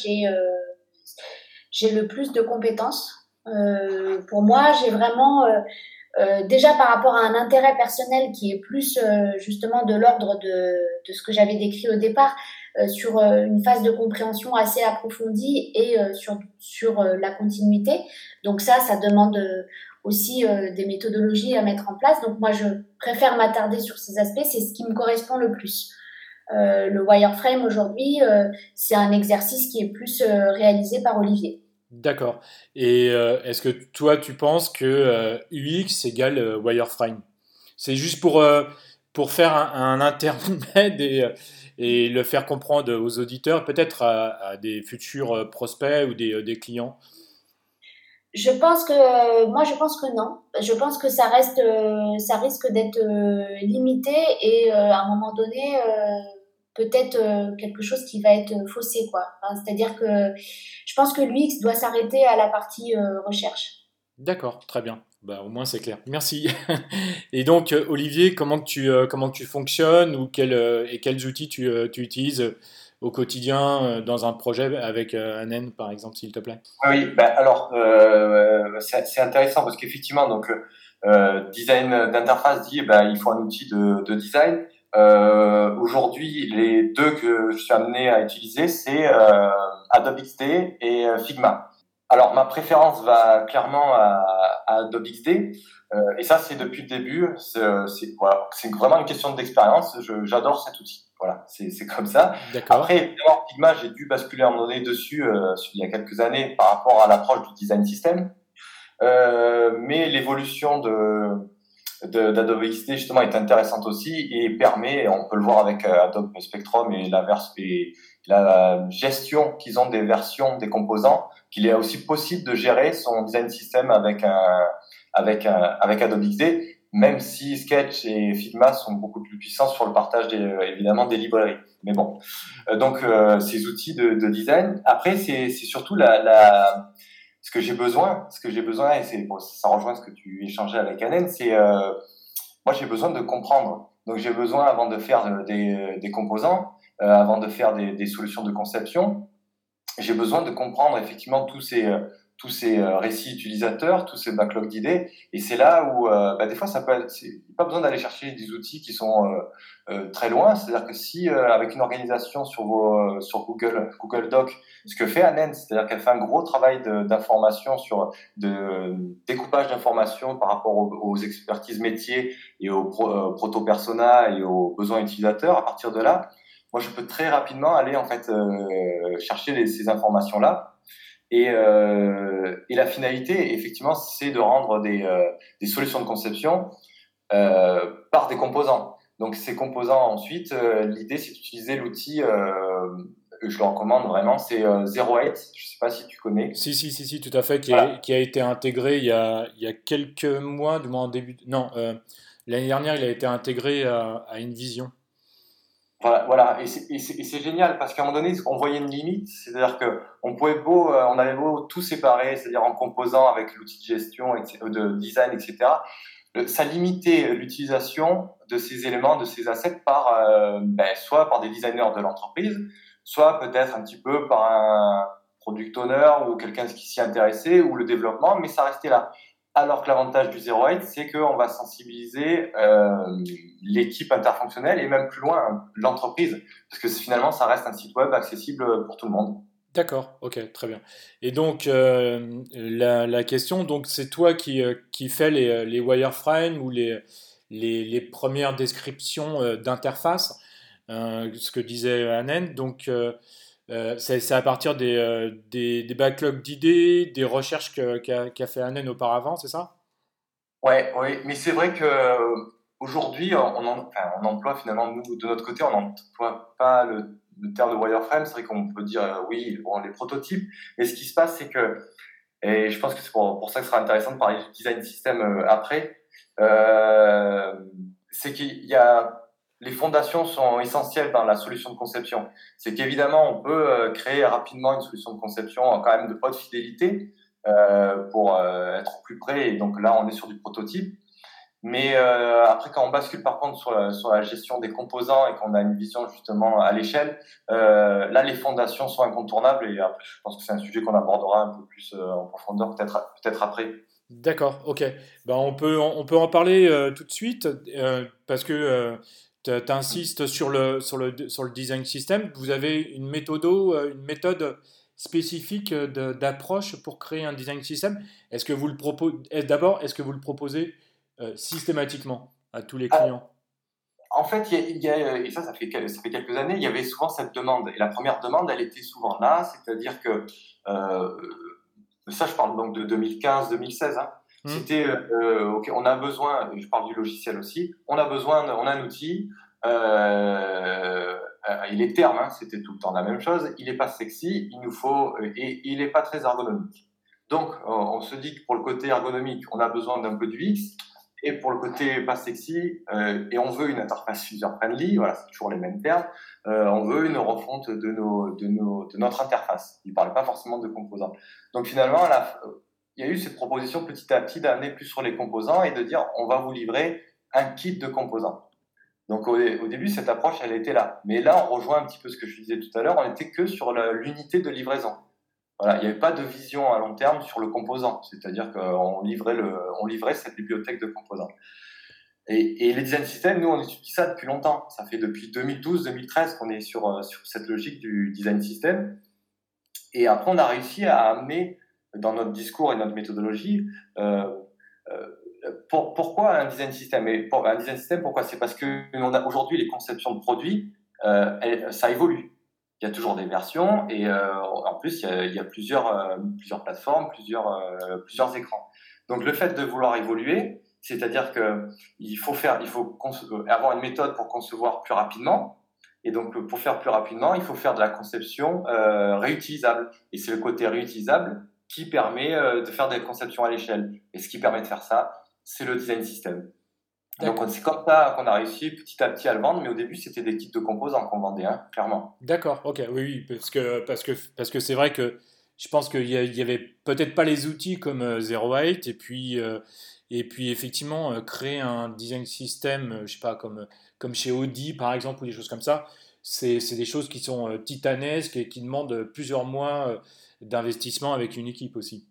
Speaker 2: j'ai le plus de compétences. Pour moi, j'ai vraiment déjà par rapport à un intérêt personnel qui est plus justement de l'ordre de ce que j'avais décrit au départ, sur une phase de compréhension assez approfondie et sur la continuité. Donc ça demande aussi des méthodologies à mettre en place. Donc moi, je préfère m'attarder sur ces aspects, c'est ce qui me correspond le plus. Le wireframe aujourd'hui, c'est un exercice qui est plus réalisé par Olivier.
Speaker 1: D'accord. Et est-ce que toi, tu penses que UX égale wireframe? C'est juste pour faire un intermède et le faire comprendre aux auditeurs, peut-être à des futurs prospects ou des clients.
Speaker 2: Je pense que non. Je pense que ça risque d'être limité et à un moment donné, peut-être quelque chose qui va être faussé, quoi. Enfin, c'est-à-dire que je pense que l'UX doit s'arrêter à la partie recherche.
Speaker 1: D'accord, très bien. Bah, au moins c'est clair. Merci. Et donc, Olivier, comment que tu fonctionnes ou et quels outils tu utilises au quotidien dans un projet avec Anen, par exemple, s'il te plaît?
Speaker 3: Oui, ben alors c'est intéressant parce qu'effectivement donc design d'interface dit ben il faut un outil de design. Aujourd'hui, les deux que je suis amené à utiliser, c'est Adobe XD et Figma. Alors ma préférence va clairement à Adobe XD et ça c'est depuis le début. Voilà, c'est vraiment une question d'expérience. J'adore cet outil. Voilà, c'est comme ça.
Speaker 1: D'accord.
Speaker 3: Après, évidemment, Figma, j'ai dû basculer un moment donné dessus il y a quelques années par rapport à l'approche du design system. Mais l'évolution d'Adobe XD justement est intéressante aussi et permet, on peut le voir avec Adobe Spectrum et la gestion qu'ils ont des versions des composants, qu'il est aussi possible de gérer son design system avec Adobe XD, même si Sketch et Figma sont beaucoup plus puissants sur le partage évidemment des librairies. Mais bon, donc ces outils de design. Après, c'est surtout ce que j'ai besoin, et bon, ça rejoint ce que tu échangeais avec Anen, c'est moi j'ai besoin de comprendre. Donc j'ai besoin avant de faire des composants, avant de faire des solutions de conception, j'ai besoin de comprendre effectivement tous ces récits utilisateurs, tous ces backlogs d'idées. Et c'est là où, bah, des fois, pas besoin d'aller chercher des outils qui sont très loin. C'est-à-dire que si, avec une organisation sur Google Doc, ce que fait Anen, c'est-à-dire qu'elle fait un gros travail d'information de découpage d'informations par rapport aux expertises métiers et aux proto-persona et aux besoins utilisateurs. À partir de là, moi, je peux très rapidement aller en fait chercher ces informations-là. Et la finalité, effectivement, c'est de rendre des solutions de conception par des composants. Donc, ces composants, ensuite, l'idée, c'est d'utiliser l'outil que je le recommande vraiment, c'est 08. Je ne sais pas si tu connais.
Speaker 1: Si, tout à fait,
Speaker 3: Voilà.
Speaker 1: qui a été intégré il y a quelques mois, du moins en début. Non, l'année dernière, il a été intégré à InVision.
Speaker 3: Voilà. Et c'est génial parce qu'à un moment donné, on voyait une limite, c'est-à-dire que on avait beau tout séparer, c'est-à-dire en composant avec l'outil de gestion, de design, etc. Ça limitait l'utilisation de ces éléments, de ces assets soit par des designers de l'entreprise, soit peut-être un petit peu par un product owner ou quelqu'un qui s'y intéressait ou le développement, mais ça restait là. Alors que l'avantage du 08, c'est qu'on va sensibiliser l'équipe interfonctionnelle et même plus loin l'entreprise, parce que finalement ça reste un site web accessible pour tout le monde.
Speaker 1: D'accord, ok, très bien. Et donc, la question, donc, c'est toi qui fais les wireframes ou les premières descriptions d'interface, ce que disait Anen. Donc, c'est à partir des backlogs d'idées, des recherches qu'a fait Anen auparavant, c'est ça?
Speaker 3: Ouais, oui, mais c'est vrai que aujourd'hui, on emploie finalement, nous, de notre côté, on n'emploie pas le terme de wireframe. C'est vrai qu'on peut dire, oui, bon, les prototypes. Mais ce qui se passe, c'est que, et je pense que c'est pour ça que ce sera intéressant de parler du design system après, euh, c'est qu'il y a, les fondations sont essentielles dans la solution de conception. C'est qu'évidemment, on peut créer rapidement une solution de conception quand même de haute fidélité pour être plus près. Et donc là, on est sur du prototype. Mais après, quand on bascule par contre sur la gestion des composants et qu'on a une vision justement à l'échelle, là, les fondations sont incontournables. Et après, je pense que c'est un sujet qu'on abordera un peu plus en profondeur, peut-être après.
Speaker 1: D'accord, ok. Ben, on peut en parler tout de suite parce que tu insistes sur le design system. Vous avez une méthode spécifique d'approche pour créer un design system. Est-ce que vous le proposez, d'abord, est-ce que vous le proposez systématiquement à tous les
Speaker 3: Ah,
Speaker 1: clients?
Speaker 3: en fait, et ça fait quelques années, il y avait souvent cette demande. Et la première demande, elle était souvent là, c'est-à-dire que euh, Ça, je parle donc de 2015-2016. Hein. C'était, OK, on a besoin, je parle du logiciel aussi, on a un outil, et les termes, hein, c'était tout le temps la même chose, il n'est pas sexy, il nous faut, et il n'est pas très ergonomique. Donc, on se dit que pour le côté ergonomique, on a besoin d'un peu d'UX, et pour le côté pas sexy, et on veut une interface user-friendly, voilà, c'est toujours les mêmes termes, on veut une refonte de notre interface. Il ne parlait pas forcément de composants. Donc finalement, il y a eu cette proposition petit à petit d'amener plus sur les composants et de dire on va vous livrer un kit de composants. Donc au début, cette approche, elle était là. Mais là, on rejoint un petit peu ce que je disais tout à l'heure, on n'était que sur l'unité de livraison. Voilà, il n'y avait pas de vision à long terme sur le composant, c'est-à-dire qu'on livrait cette bibliothèque de composants. Et les design systems, nous, on étudie ça depuis longtemps. Ça fait depuis 2012-2013 qu'on est sur cette logique du design system. Et après, on a réussi à amener dans notre discours et notre méthodologie pourquoi un design system. Un design system, pourquoi? C'est parce que aujourd'hui, les conceptions de produits, ça évolue. Il y a toujours des versions et en plus, il y a plusieurs plateformes, plusieurs écrans. Donc, le fait de vouloir évoluer, c'est-à-dire qu'il faut avoir une méthode pour concevoir plus rapidement. Et donc, pour faire plus rapidement, il faut faire de la conception réutilisable. Et c'est le côté réutilisable qui permet de faire des conceptions à l'échelle. Et ce qui permet de faire ça, c'est le design system. Donc, c'est comme ça qu'on a réussi petit à petit à le vendre, mais au début, c'était des kits de composants qu'on vendait, hein, clairement.
Speaker 1: D'accord, ok, oui, parce que c'est vrai que je pense qu'il y avait peut-être pas les outils comme Zero Eight, et puis effectivement, créer un design system, je sais pas, comme chez Audi par exemple, ou des choses comme ça, c'est des choses qui sont titanesques et qui demandent plusieurs mois d'investissement avec une équipe aussi.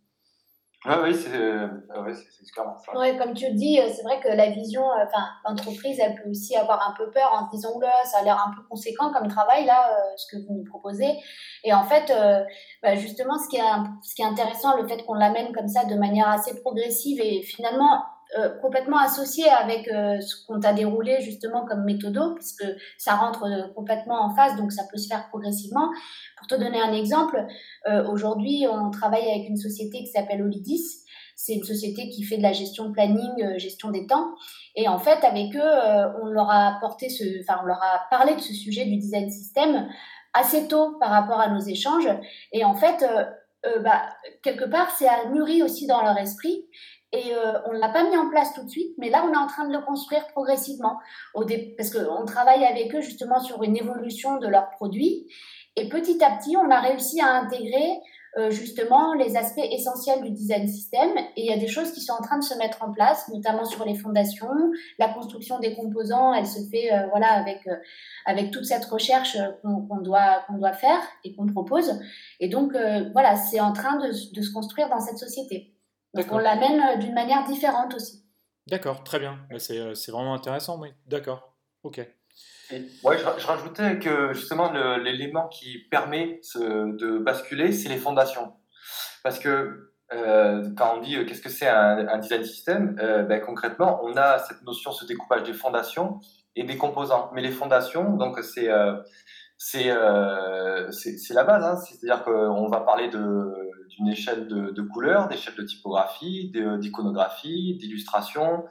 Speaker 3: C'est clairement ça.
Speaker 2: Ouais, comme tu le dis, c'est vrai que la vision, enfin, l'entreprise, elle peut aussi avoir un peu peur en se disant, oula, ça a l'air un peu conséquent comme travail, là, ce que vous nous proposez. Et en fait, justement, ce qui est intéressant, le fait qu'on l'amène comme ça de manière assez progressive et finalement complètement associée avec ce qu'on t'a déroulé justement comme méthodo, puisque ça rentre complètement en phase, donc ça peut se faire progressivement. Pour te donner un exemple, aujourd'hui, on travaille avec une société qui s'appelle Olidis. C'est une société qui fait de la gestion de planning, gestion des temps. Et en fait, avec eux, on leur a on leur a parlé de ce sujet du design system assez tôt par rapport à nos échanges. Et en fait, quelque part, c'est mûri aussi dans leur esprit. Et on ne l'a pas mis en place tout de suite, mais là, on est en train de le construire progressivement. Parce qu'on travaille avec eux justement sur une évolution de leurs produits. Et petit à petit, on a réussi à intégrer justement les aspects essentiels du design system. Et il y a des choses qui sont en train de se mettre en place, notamment sur les fondations. La construction des composants, elle se fait avec toute cette recherche qu'on doit faire et qu'on propose. Et donc, c'est en train de se construire dans cette société. Donc, on l'amène d'une manière différente aussi.
Speaker 1: D'accord, très bien. C'est vraiment intéressant, oui. D'accord, ok.
Speaker 3: Ouais, je rajoutais que justement l'élément qui permet de basculer, c'est les fondations. Parce que quand on dit qu'est-ce que c'est un design system, concrètement, on a cette notion, ce découpage des fondations et des composants. Mais les fondations, donc c'est la base, hein. C'est-à-dire qu'on va parler d'une échelle de couleurs, d'échelle de typographie, d'iconographie, d'illustration,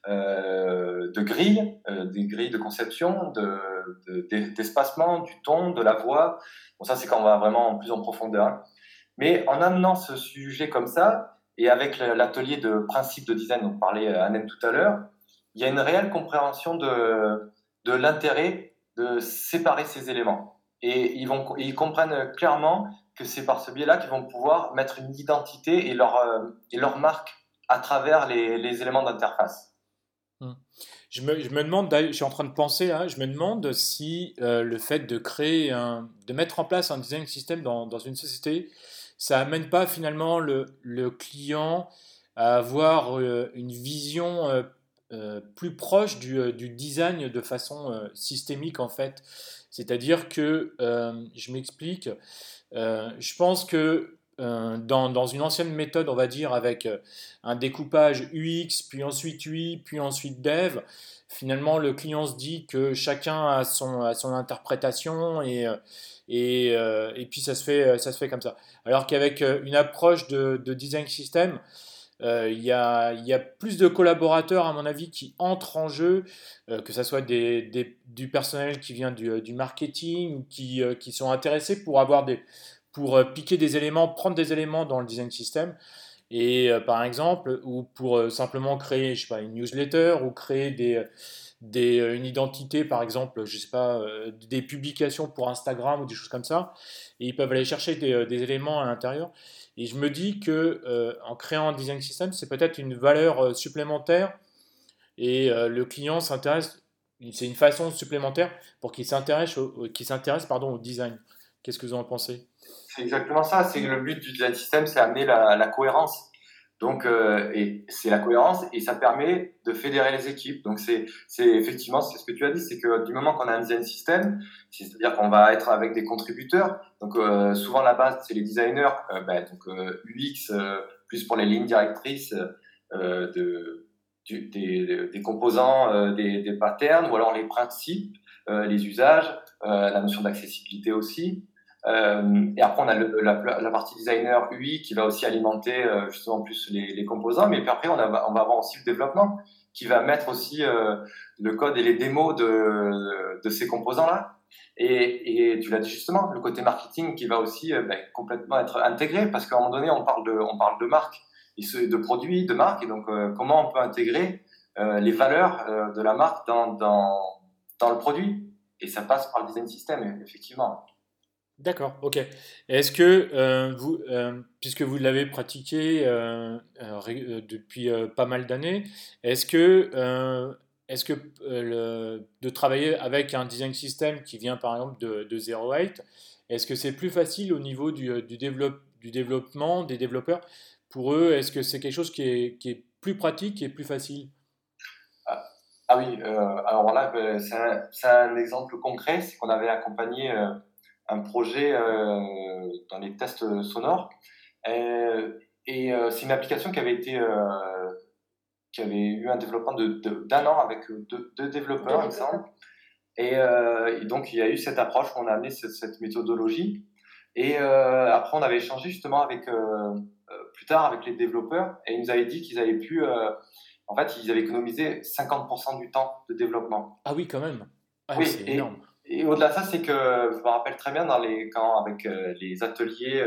Speaker 3: de grilles, des grilles de conception, d'espacement, du ton, de la voix. Bon, ça, c'est quand on va vraiment plus en profondeur, hein. Mais en amenant ce sujet comme ça, et avec l'atelier de principe de design dont parlait Anne tout à l'heure, il y a une réelle compréhension de l'intérêt de séparer ces éléments. Et ils comprennent clairement que c'est par ce biais-là qu'ils vont pouvoir mettre une identité et leur marque à travers les éléments d'interface.
Speaker 1: Je me demande, je suis en train de penser là, je me demande si le fait de mettre en place un design system dans une société, ça amène pas finalement le client à avoir une vision plus proche du design de façon systémique en fait. C'est-à-dire que, je m'explique, je pense que dans une ancienne méthode, on va dire, avec un découpage UX, puis ensuite UI, puis ensuite Dev, finalement, le client se dit que chacun a son interprétation et puis ça se fait comme ça. Alors qu'avec une approche de design system, il y a plus de collaborateurs, à mon avis, qui entrent en jeu, que ce soit du personnel qui vient du marketing, ou qui sont intéressés pour piquer des éléments, prendre des éléments dans le design system, et par exemple, ou pour simplement créer, je sais pas, une newsletter, ou créer une identité, par exemple, je sais pas, des publications pour Instagram ou des choses comme ça, et ils peuvent aller chercher des éléments à l'intérieur. Et je me dis que en créant un design system, c'est peut-être une valeur supplémentaire et le client s'intéresse, c'est une façon supplémentaire pour qu'il s'intéresse pardon, au design. Qu'est-ce que vous en pensez?
Speaker 3: C'est exactement ça. C'est le but du design system, c'est amener la cohérence. Donc, et c'est la cohérence et ça permet de fédérer les équipes. Donc, c'est effectivement, c'est ce que tu as dit, c'est que du moment qu'on a un design system, c'est-à-dire qu'on va être avec des contributeurs. Donc, souvent la base, c'est les designers, UX, plus pour les lignes directrices des composants, des patterns, ou alors les principes, les usages, la notion d'accessibilité aussi. Et après, on a la partie designer UI qui va aussi alimenter justement plus les composants. Mais puis après, on va avoir aussi le développement qui va mettre aussi le code et les démos de ces composants-là. Et tu l'as dit justement, le côté marketing qui va aussi complètement être intégré parce qu'à un moment donné, on parle de marque et de produits, de marque. Et donc, comment on peut intégrer les valeurs de la marque dans le produit. Et ça passe par le design system, effectivement.
Speaker 1: D'accord, ok. Est-ce que puisque vous l'avez pratiqué depuis pas mal d'années, est-ce que, euh, est-ce que de travailler avec un design system qui vient par exemple de 08, est-ce que c'est plus facile au niveau du développement, des développeurs? Pour eux, est-ce que c'est quelque chose qui est plus pratique et plus facile?
Speaker 3: Ah, ah oui, alors là, c'est un exemple concret, c'est qu'on avait accompagné un projet dans les tests sonores. C'est une application qui avait eu un développement d'un an avec deux développeurs, il me semble. Et donc, il y a eu cette approche, on a amené cette méthodologie. Et après, on avait échangé justement plus tard avec les développeurs et ils nous avaient dit qu'ils avaient pu, en fait, ils avaient économisé 50% du temps de développement.
Speaker 1: Ah oui, quand même. Ah oui,
Speaker 3: Oui,
Speaker 1: c'est énorme.
Speaker 3: et au-delà de ça, c'est que je me rappelle très bien avec les ateliers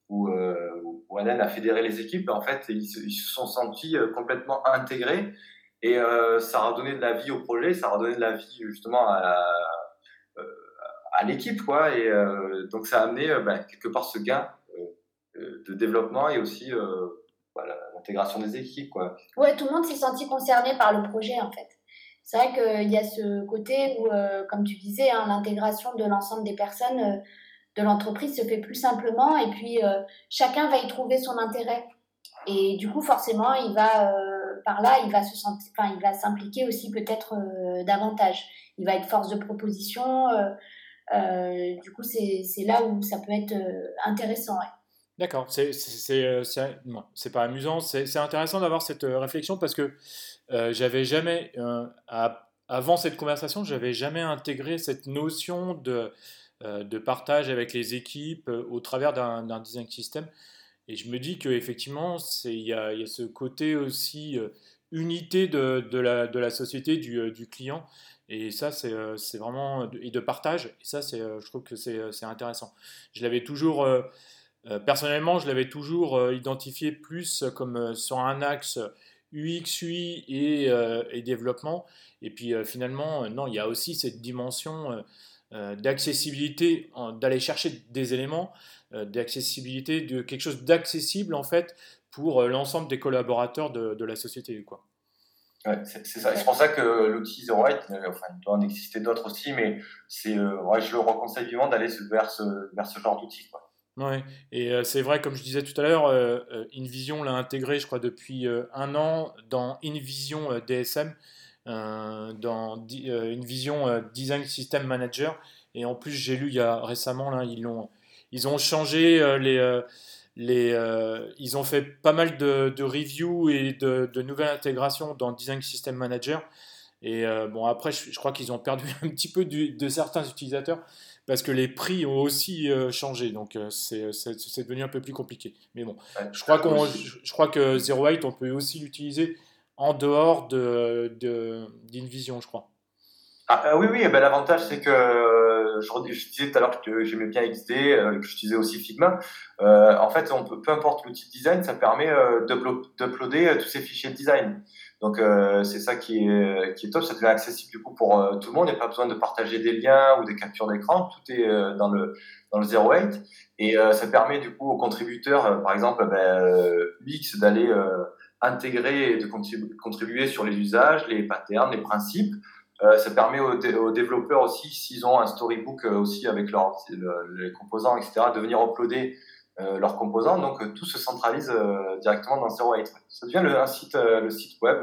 Speaker 3: où Anen a fédéré les équipes, en fait, ils se sont sentis complètement intégrés et ça a redonné de la vie au projet, ça a redonné de la vie justement euh, à l'équipe, quoi. Et donc ça a amené quelque part ce gain de développement et aussi voilà, l'intégration des équipes, quoi.
Speaker 2: Ouais, tout le monde s'est senti concerné par le projet, en fait. C'est vrai qu'il y a ce côté où, comme tu disais, hein, l'intégration de l'ensemble des personnes de l'entreprise se fait plus simplement et puis chacun va y trouver son intérêt. Et du coup, forcément, par là, il va s'impliquer aussi peut-être davantage. Il va être force de proposition. Du coup, c'est là où ça peut être intéressant. Ouais.
Speaker 1: D'accord, bon, c'est pas amusant, c'est intéressant d'avoir cette réflexion parce que j'avais jamais, avant cette conversation, j'avais jamais intégré cette notion de partage avec les équipes au travers d'un design system. Et je me dis qu'effectivement, il y a ce côté aussi unité de la société, du client. Et ça, c'est vraiment, et de partage. Et ça, je trouve que c'est intéressant. Je l'avais toujours, personnellement, je l'avais toujours identifié plus comme sur un axe UX, UI et développement. Et puis finalement, non, il y a aussi cette dimension d'accessibilité, d'aller chercher des éléments, d'accessibilité, de quelque chose d'accessible en fait pour l'ensemble des collaborateurs de la société, quoi.
Speaker 3: Ouais, c'est ça. Et c'est pour ça que l'outil Zero White, enfin, il doit en exister d'autres aussi, mais ouais, je le reconseille vivement d'aller vers ce genre d'outil, quoi.
Speaker 1: Ouais. Et c'est vrai, comme je disais tout à l'heure, InVision l'a intégré, je crois, depuis un an dans InVision DSM, InVision Design System Manager. Et en plus, j'ai lu il y a récemment, là, ils ont changé ils ont fait pas mal de reviews et de nouvelles intégrations dans Design System Manager. Et bon, après, je crois qu'ils ont perdu un petit peu de certains utilisateurs parce que les prix ont aussi changé. Donc, c'est devenu un peu plus compliqué. Mais bon,
Speaker 3: Ouais,
Speaker 1: je crois que Zero Eight, on peut aussi l'utiliser en dehors d'InVision, je crois.
Speaker 3: Oui, oui, eh ben, l'avantage, c'est que je disais tout à l'heure que j'aimais bien XD, que j'utilisais aussi Figma. En fait, peu importe l'outil de design, ça permet d'uploader tous ces fichiers de design. Donc, c'est ça qui est top. Ça devient accessible du coup pour tout le monde. Il n'y a pas besoin de partager des liens ou des captures d'écran. Tout est dans le Zero Eight. Et ça permet du coup aux contributeurs, par exemple, UX, d'aller intégrer et de contribuer sur les usages, les patterns, les principes. Ça permet aux développeurs aussi, s'ils ont un storybook aussi avec les composants, etc., de venir uploader leurs composants. Donc, tout se centralise directement dans Zero Eight. Ça devient le site web,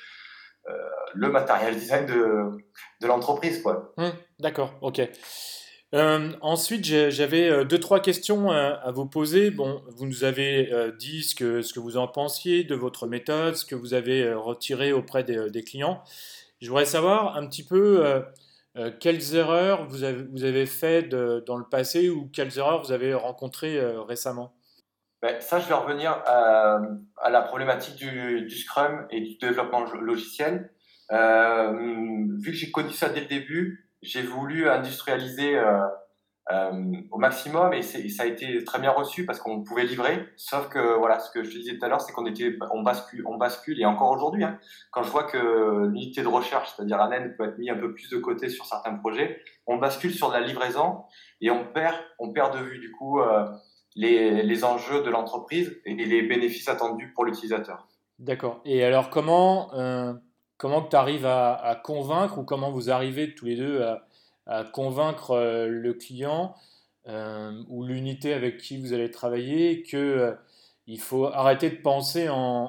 Speaker 3: le matériel design de l'entreprise, quoi.
Speaker 1: D'accord, ok. Ensuite, j'avais deux, trois questions à vous poser. Bon, vous nous avez dit ce que vous en pensiez de votre méthode, ce que vous avez retiré auprès des clients. Je voudrais savoir un petit peu quelles erreurs vous avez fait dans le passé ou quelles erreurs vous avez rencontrées récemment.
Speaker 3: Ben, ça, je vais revenir à la problématique du Scrum et du développement logiciel. Vu que j'ai connu ça dès le début, j'ai voulu industrialiser au maximum et ça a été très bien reçu parce qu'on pouvait livrer. Sauf que voilà, ce que je te disais tout à l'heure, c'est on bascule et encore aujourd'hui, hein, quand je vois que l'unité de recherche, c'est-à-dire ANEN, peut être mis un peu plus de côté sur certains projets, on bascule sur de la livraison et on perd de vue du coup les enjeux de l'entreprise et les bénéfices attendus pour l'utilisateur.
Speaker 1: D'accord. Et alors, comment tu arrives à convaincre ou comment vous arrivez tous les deux à convaincre le client ou l'unité avec qui vous allez travailler que il faut arrêter de penser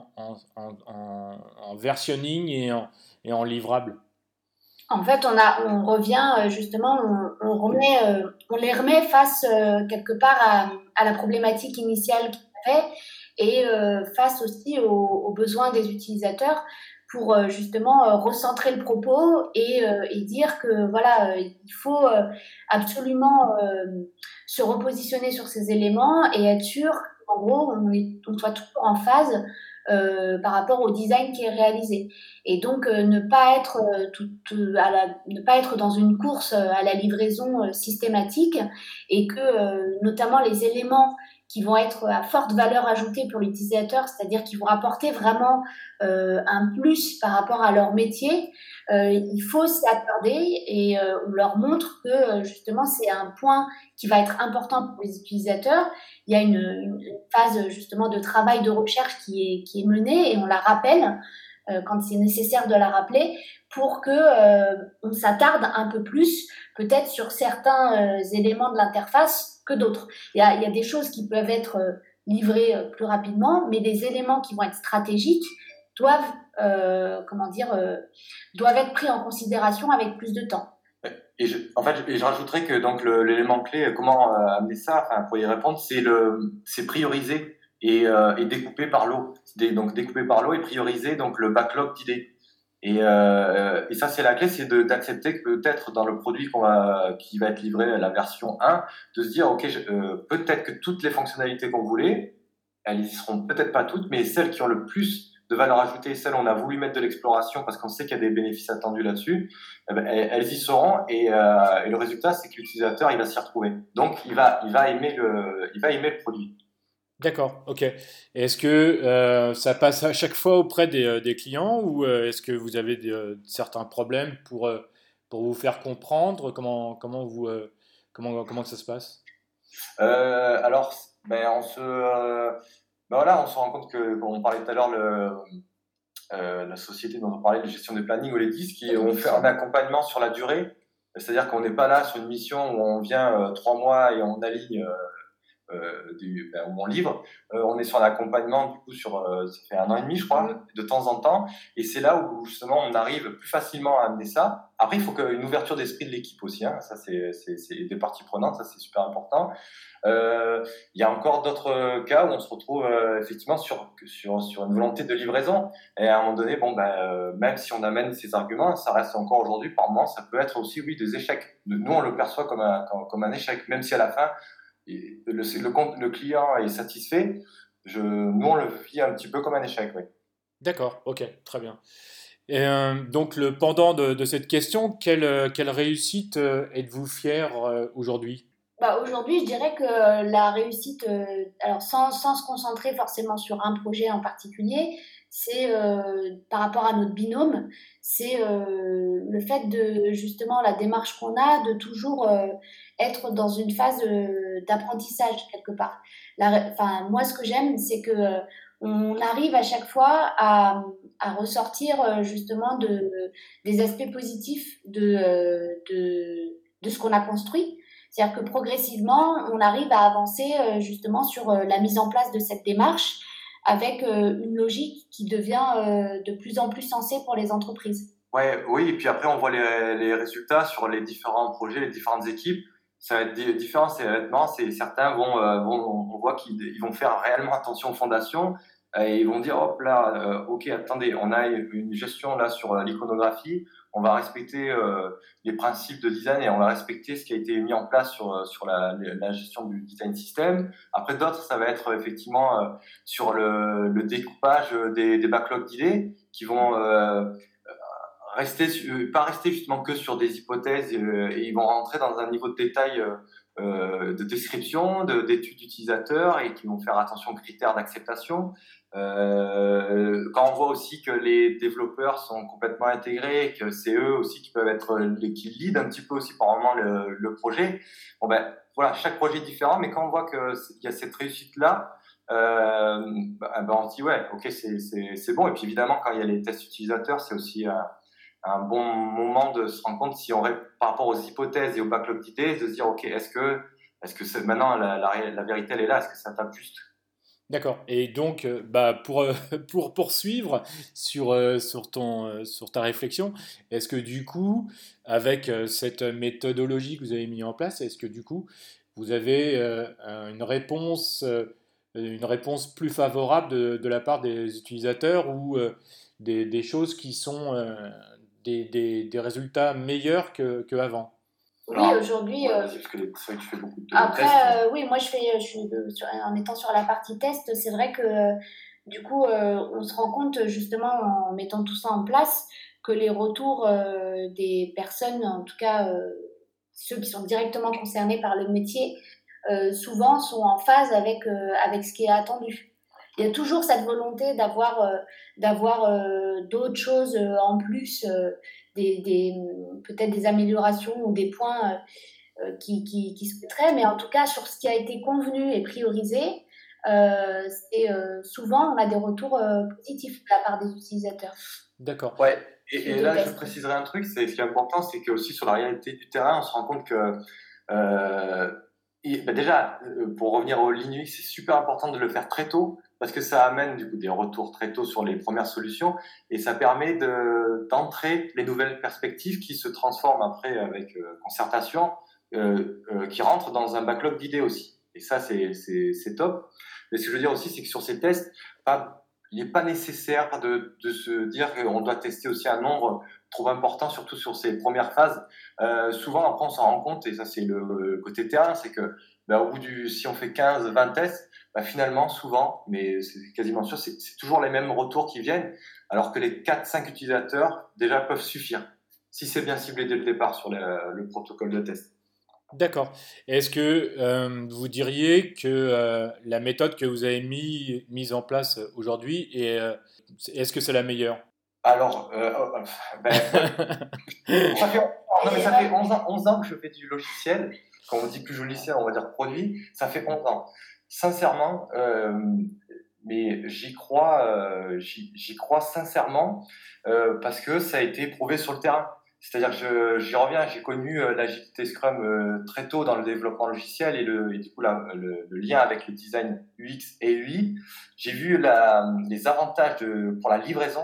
Speaker 1: en versionning et en livrable?
Speaker 2: En fait, on revient justement, on les remet face quelque part à la problématique initiale qu'il y avait et face aussi aux besoins des utilisateurs pour justement recentrer le propos et dire que voilà, il faut absolument se repositionner sur ces éléments et être sûr qu'en gros, on soit toujours en phase par rapport au design qui est réalisé. Et donc, ne pas être ne pas être dans une course à la livraison systématique et que, notamment, les éléments qui vont être à forte valeur ajoutée pour l'utilisateur, c'est-à-dire qui vont apporter vraiment un plus par rapport à leur métier, il faut s'y accorder et on leur montre que justement c'est un point qui va être important pour les utilisateurs. Il y a une phase justement de travail de recherche qui est menée et on la rappelle quand c'est nécessaire de la rappeler pour que on s'attarde un peu plus peut-être sur certains éléments de l'interface que d'autres. Il y a des choses qui peuvent être livrées plus rapidement, mais des éléments qui vont être stratégiques doivent doivent être pris en considération avec plus de temps.
Speaker 3: En fait, je rajouterais que donc l'élément clé, comment amener ça, enfin, pour y répondre, c'est prioriser et découper par lot. Donc découper par lot et prioriser donc le backlog d'idées. Et ça, c'est la clé, c'est d'accepter que peut-être dans le produit qui va être livré, la version 1, de se dire, OK, peut-être que toutes les fonctionnalités qu'on voulait, elles y seront peut-être pas toutes, mais celles qui ont le plus de valeur ajoutée, celles où on a voulu mettre de l'exploration parce qu'on sait qu'il y a des bénéfices attendus là-dessus, eh ben, elles y seront et le résultat, c'est que l'utilisateur, il va s'y retrouver. Donc, il va aimer le produit.
Speaker 1: D'accord, ok. Et est-ce que ça passe à chaque fois auprès des clients ou est-ce que vous avez certains problèmes pour vous faire comprendre comment ça se passe?
Speaker 3: Alors, voilà, on se rend compte que, bon, on parlait tout à l'heure, la société dont on parlait de gestion des plannings, Oledis, qui ont fait un accompagnement sur la durée. C'est-à-dire qu'on n'est pas là sur une mission où on vient 3 mois et on aligne où on livre. On est sur l'accompagnement, du coup, ça fait 1 an et demi, je crois, de temps en temps. Et c'est là où, justement, on arrive plus facilement à amener ça. Après, il faut une ouverture d'esprit de l'équipe aussi. Hein. Ça, c'est des parties prenantes. Ça, c'est super important. Il y a encore d'autres cas où on se retrouve effectivement sur une volonté de livraison. Et à un moment donné, même si on amène ces arguments, ça reste encore aujourd'hui, par moment, ça peut être aussi, oui, des échecs. Nous, on le perçoit comme un échec, même si à la fin, le client est satisfait. Nous, on le vit un petit peu comme un échec, oui.
Speaker 1: D'accord, ok, très bien. Et donc, le pendant de cette question, quelle réussite êtes-vous fier aujourd'hui?
Speaker 2: Aujourd'hui, je dirais que la réussite, alors sans se concentrer forcément sur un projet en particulier, c'est par rapport à notre binôme, c'est le fait de justement la démarche qu'on a de toujours être dans une phase d'apprentissage quelque part. Enfin, moi, ce que j'aime, c'est que on arrive à chaque fois à ressortir justement des aspects positifs de ce qu'on a construit. C'est-à-dire que progressivement, on arrive à avancer justement sur la mise en place de cette démarche avec une logique qui devient de plus en plus sensée pour les entreprises.
Speaker 3: Ouais, oui, et puis après, on voit les résultats sur les différents projets, les différentes équipes. Ça va être différent, c'est honnêtement, certains on voit qu'ils vont faire réellement attention aux fondations et ils vont dire, hop là, ok, attendez, on a une gestion là sur l'iconographie, on va respecter les principes de design et on va respecter ce qui a été mis en place sur la gestion du design system. Après, d'autres, ça va être effectivement sur le découpage des backlogs d'idées qui vont pas rester justement que sur des hypothèses et ils vont rentrer dans un niveau de détail de description, d'études d'utilisateurs et qui vont faire attention aux critères d'acceptation. Quand on voit aussi que les développeurs sont complètement intégrés, et que c'est eux aussi qui peuvent être qui lead un petit peu aussi par moment le projet. Bon voilà, chaque projet est différent, mais quand on voit qu'il y a cette réussite là, on se dit ouais, ok, c'est bon. Et puis évidemment, quand il y a les tests utilisateurs, c'est aussi un bon moment de se rendre compte si par rapport aux hypothèses et au backlog d'idées, de se dire ok, est-ce que maintenant la vérité elle est là, est-ce que ça tape juste?
Speaker 1: D'accord. Et donc, pour poursuivre sur ta réflexion, est-ce que du coup, avec cette méthodologie que vous avez mis en place, est-ce que du coup, vous avez une réponse plus favorable de la part des utilisateurs ou des choses qui sont des résultats meilleurs qu'avant?
Speaker 2: Oui, aujourd'hui.
Speaker 3: Parce que c'est vrai que tu fais beaucoup de
Speaker 2: Après,
Speaker 3: tests.
Speaker 2: oui, moi en étant sur la partie test, c'est vrai que du coup, on se rend compte justement en mettant tout ça en place que les retours des personnes, en tout cas ceux qui sont directement concernés par le métier, souvent sont en phase avec ce qui est attendu. Il y a toujours cette volonté d'avoir d'autres choses en plus, peut-être des améliorations ou des points qui se mettrait, mais en tout cas, sur ce qui a été convenu et priorisé, souvent, on a des retours positifs de la part des utilisateurs.
Speaker 1: D'accord.
Speaker 3: Ouais, et là, je préciserai un truc, ce qui est important, c'est que aussi sur la réalité du terrain, on se rend compte que déjà, pour revenir au Linux, c'est super important de le faire très tôt parce que ça amène du coup des retours très tôt sur les premières solutions et ça permet d'entrer les nouvelles perspectives qui se transforment après avec concertation, qui rentrent dans un backlog d'idées aussi. Et ça, c'est top. Mais ce que je veux dire aussi, c'est que sur ces tests, il n'est pas nécessaire de se dire qu'on doit tester aussi un nombre trop important, surtout sur ces premières phases. Souvent, après, on s'en rend compte, et ça, c'est le côté terrain, c'est que au bout si on fait 15, 20 tests, finalement, souvent, mais c'est quasiment sûr, c'est toujours les mêmes retours qui viennent, alors que les 4, 5 utilisateurs, déjà, peuvent suffire, si c'est bien ciblé dès le départ sur le protocole de test.
Speaker 1: D'accord. Est-ce que vous diriez que la méthode que vous avez mise en place aujourd'hui, est-ce que c'est la meilleure?
Speaker 3: Alors, ça fait 11 ans que je fais du logiciel. Quand on dit plus logiciel, on va dire produit. Ça fait 11 ans. Sincèrement, mais j'y crois sincèrement parce que ça a été prouvé sur le terrain. C'est-à-dire que j'y reviens, j'ai connu l'agilité Scrum très tôt dans le développement logiciel et du coup le lien avec le design UX et UI. J'ai vu les avantages pour la livraison,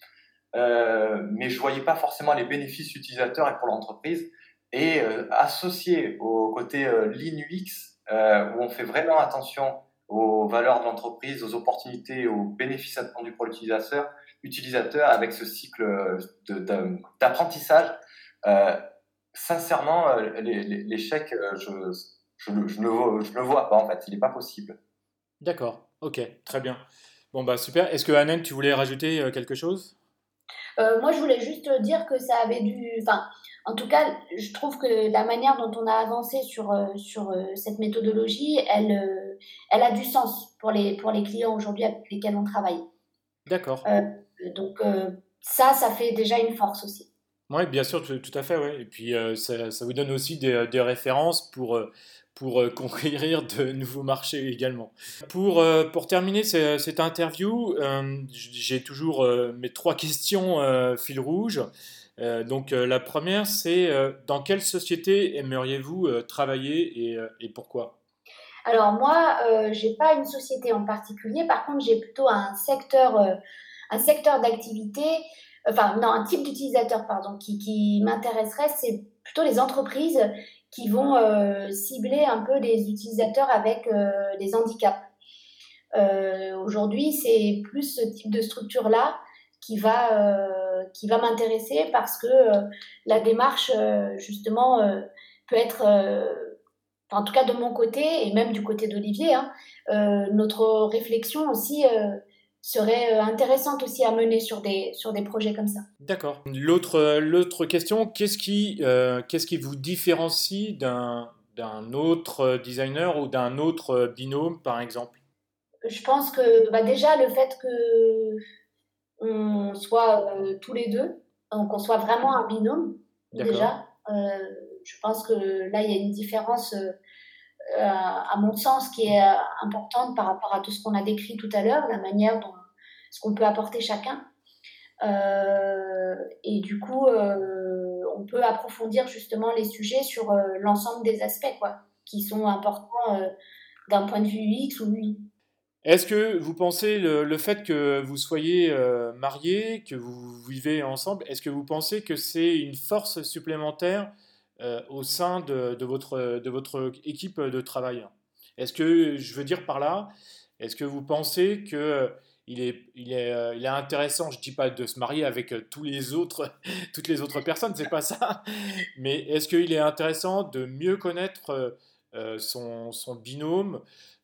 Speaker 3: mais je voyais pas forcément les bénéfices utilisateurs et pour l'entreprise. Et associé au côté Lean UX, où on fait vraiment attention aux valeurs de l'entreprise, aux opportunités, aux bénéfices attendus pour l'utilisateur avec ce cycle d'apprentissage. Euh, Sincèrement, l'échec, je ne le vois pas en fait, il n'est pas possible.
Speaker 1: D'accord, ok, très bien. Bon, bah super. Est-ce que Anen, tu voulais rajouter quelque chose?
Speaker 2: Moi, je voulais juste dire que ça avait dû. Enfin, en tout cas, je trouve que la manière dont on a avancé sur cette méthodologie, elle a du sens pour les clients aujourd'hui avec lesquels on travaille.
Speaker 1: D'accord.
Speaker 2: Euh, donc, ça fait déjà une force aussi.
Speaker 1: Oui, bien sûr, tout à fait, ouais. Et puis ça vous donne aussi des références pour conquérir de nouveaux marchés également. Pour terminer cette interview, j'ai toujours mes trois questions fil rouge. La première, c'est dans quelle société aimeriez-vous travailler et pourquoi?
Speaker 2: Alors moi, j'ai pas une société en particulier. Par contre, j'ai plutôt un secteur d'activité, enfin non, un type d'utilisateur, pardon, qui m'intéresserait. C'est plutôt les entreprises qui vont cibler un peu des utilisateurs avec des handicaps. Aujourd'hui, c'est plus ce type de structure-là qui va m'intéresser parce que la démarche, justement, peut être en tout cas de mon côté et même du côté d'Olivier, hein, notre réflexion aussi serait intéressante aussi à mener sur des projets comme ça.
Speaker 1: D'accord. L'autre question, qu'est-ce qui vous différencie d'un autre designer ou d'un autre binôme, par exemple?
Speaker 2: Je pense que bah, déjà le fait que on soit tous les deux, donc qu'on soit vraiment un binôme,
Speaker 1: D'accord.
Speaker 2: déjà, je pense que là il y a une différence à mon sens qui est importante par rapport à tout ce qu'on a décrit tout à l'heure, la manière dont ce qu'on peut apporter chacun. Et du coup, on peut approfondir justement les sujets sur l'ensemble des aspects, quoi, qui sont importants d'un point de vue UX ou UI.
Speaker 1: Est-ce que vous pensez le fait que vous soyez mariés, que vous vivez ensemble, est-ce que vous pensez que c'est une force supplémentaire au sein de votre équipe de travail? Est-ce que, je veux dire par là, est-ce que vous pensez que il est intéressant, je dis pas de se marier avec tous les autres, toutes les autres personnes, c'est pas ça, mais est-ce qu'il est intéressant de mieux connaître son binôme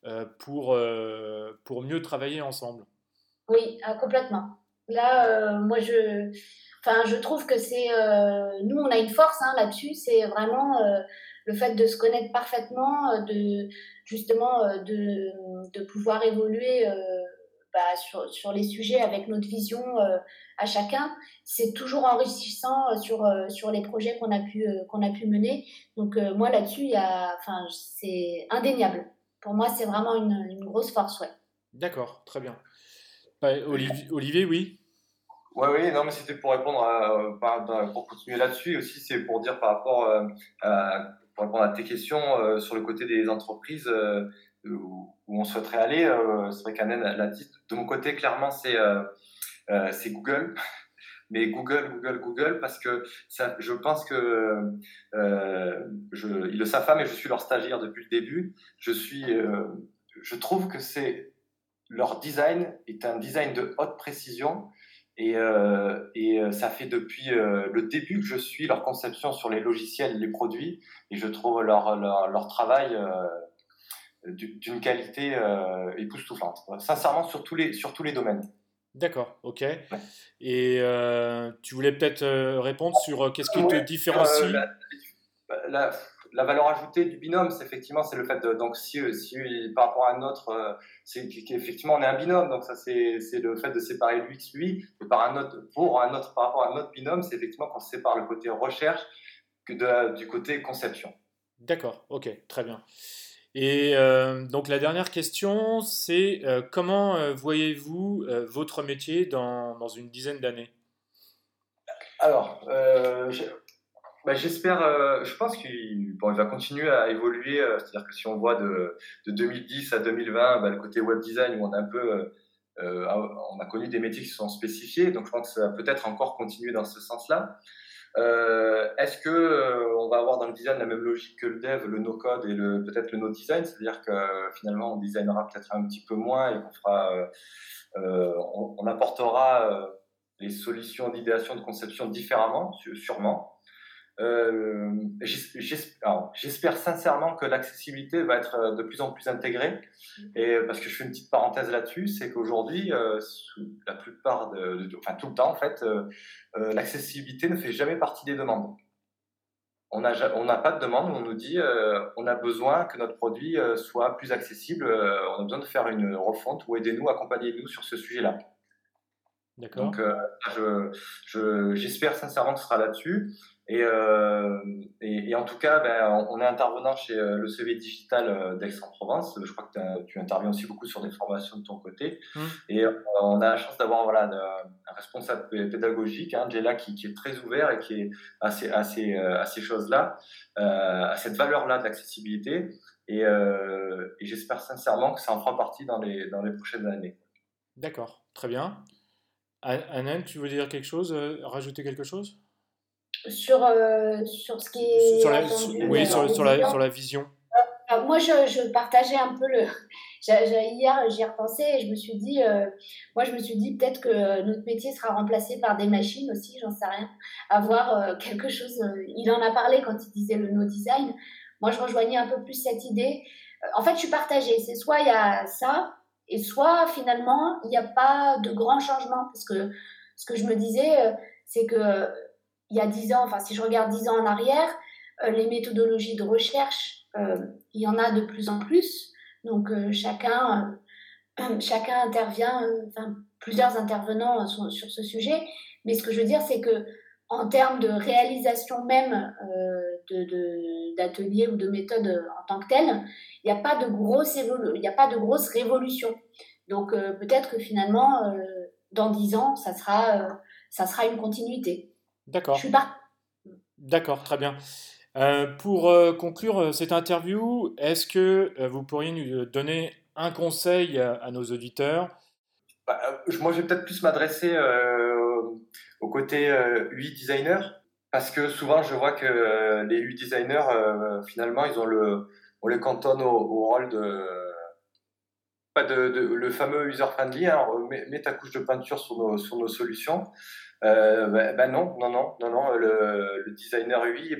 Speaker 1: pour mieux travailler ensemble?
Speaker 2: Oui, complètement. Là, enfin, je trouve que nous, on a une force hein, là-dessus, c'est vraiment le fait de se connaître parfaitement, justement, de pouvoir évoluer bah, sur les sujets avec notre vision à chacun. C'est toujours enrichissant sur les projets qu'on a pu mener. Donc, moi, là-dessus, enfin, c'est indéniable. Pour moi, c'est vraiment une grosse force, ouais.
Speaker 1: D'accord, très bien. Olivier, oui.
Speaker 3: Ouais, oui, non, mais c'était pour répondre pour continuer là-dessus aussi, c'est pour dire par rapport pour répondre à tes questions sur le côté des entreprises où on souhaiterait aller. C'est vrai qu'Anen l'a dit. De mon côté, clairement, c'est Google. Mais Google, parce que je pense que ils le savent pas, mais je suis leur stagiaire depuis le début. Je trouve que leur design est un design de haute précision et ça fait depuis le début que je suis leur conception sur les logiciels, les produits, et je trouve leur travail d'une qualité époustouflante. Sincèrement, sur tous les domaines.
Speaker 1: D'accord, ok.
Speaker 3: Ouais.
Speaker 1: Et tu voulais peut-être répondre sur qu'est-ce qui te
Speaker 3: Ouais,
Speaker 1: différencie?
Speaker 3: la, la valeur ajoutée du binôme, c'est effectivement c'est le fait de donc si par rapport à un autre, c'est qu'effectivement on est un binôme, donc ça c'est le fait de séparer lui, et par rapport à un autre binôme, c'est effectivement qu'on sépare le côté recherche du côté conception.
Speaker 1: D'accord, ok, très bien. Et donc la dernière question, c'est comment voyez-vous votre métier dans une dizaine d'années?
Speaker 3: Alors, j'espère, je pense qu'il va continuer à évoluer. C'est-à-dire que si on voit de 2010 à 2020, le côté web design où on a un peu, on a connu des métiers qui se sont spécifiés, donc je pense que ça va peut-être encore continuer dans ce sens-là. Est-ce que on va avoir dans le design la même logique que le dev, le no-code et peut-être le no-design, c'est-à-dire que finalement on designera peut-être un petit peu moins et qu'on fera, on apportera les solutions d'idéation, de conception différemment, sûrement. J'espère sincèrement que l'accessibilité va être de plus en plus intégrée. Et parce que je fais une petite parenthèse là-dessus, c'est qu'aujourd'hui, la plupart enfin tout le temps en fait, l'accessibilité ne fait jamais partie des demandes. On n'a pas de demande où on nous dit on a besoin que notre produit soit plus accessible, on a besoin de faire une refonte ou aidez-nous, accompagnez-nous sur ce sujet-là.
Speaker 1: D'accord.
Speaker 3: Donc, j'espère sincèrement que ce sera là-dessus. Et en tout cas, on est intervenant chez le CV Digital d'Aix-en-Provence. Je crois que tu interviens aussi beaucoup sur des formations de ton côté. Et on a la chance d'avoir un responsable pédagogique, Angela, qui est très ouvert et qui est à ces choses-là, à cette valeur-là de l'accessibilité. Et j'espère sincèrement que ça en fera partie dans les prochaines années.
Speaker 1: D'accord, très bien. Annelle, tu veux dire quelque chose, rajouter quelque chose?
Speaker 2: Sur ce qui est
Speaker 1: Oui, sur la vision.
Speaker 2: Moi, je partageais un peu hier, j'y ai repensé et je me suis dit, peut-être que notre métier sera remplacé par des machines aussi, j'en sais rien. Avoir quelque chose. Il en a parlé quand il disait le no design. Moi, je rejoignais un peu plus cette idée. En fait, je suis partagée. C'est soit il y a ça, et soit finalement, il n'y a pas de grand changement. Parce que ce que je me disais, c'est que il y a 10 ans, enfin, si je regarde 10 ans en arrière, les méthodologies de recherche, il y en a de plus en plus. Donc, chacun intervient, plusieurs intervenants sur ce sujet. Mais ce que je veux dire, c'est que en termes de réalisation même d'ateliers ou de méthodes en tant que telles, il n'y a pas de grosse révolution. Donc, peut-être que finalement, dans 10 ans, ça sera une continuité.
Speaker 1: D'accord.
Speaker 2: Je suis pas.
Speaker 1: D'accord, très bien. Pour conclure cette interview, est-ce que vous pourriez nous donner un conseil à nos auditeurs?
Speaker 3: Moi, je vais peut-être plus m'adresser au côté UI designer, parce que souvent, je vois que les UI designers, finalement, on les cantonne au rôle pas le fameux user-friendly, hein, mets ta couche de peinture sur nos solutions. Non. Le designer UI,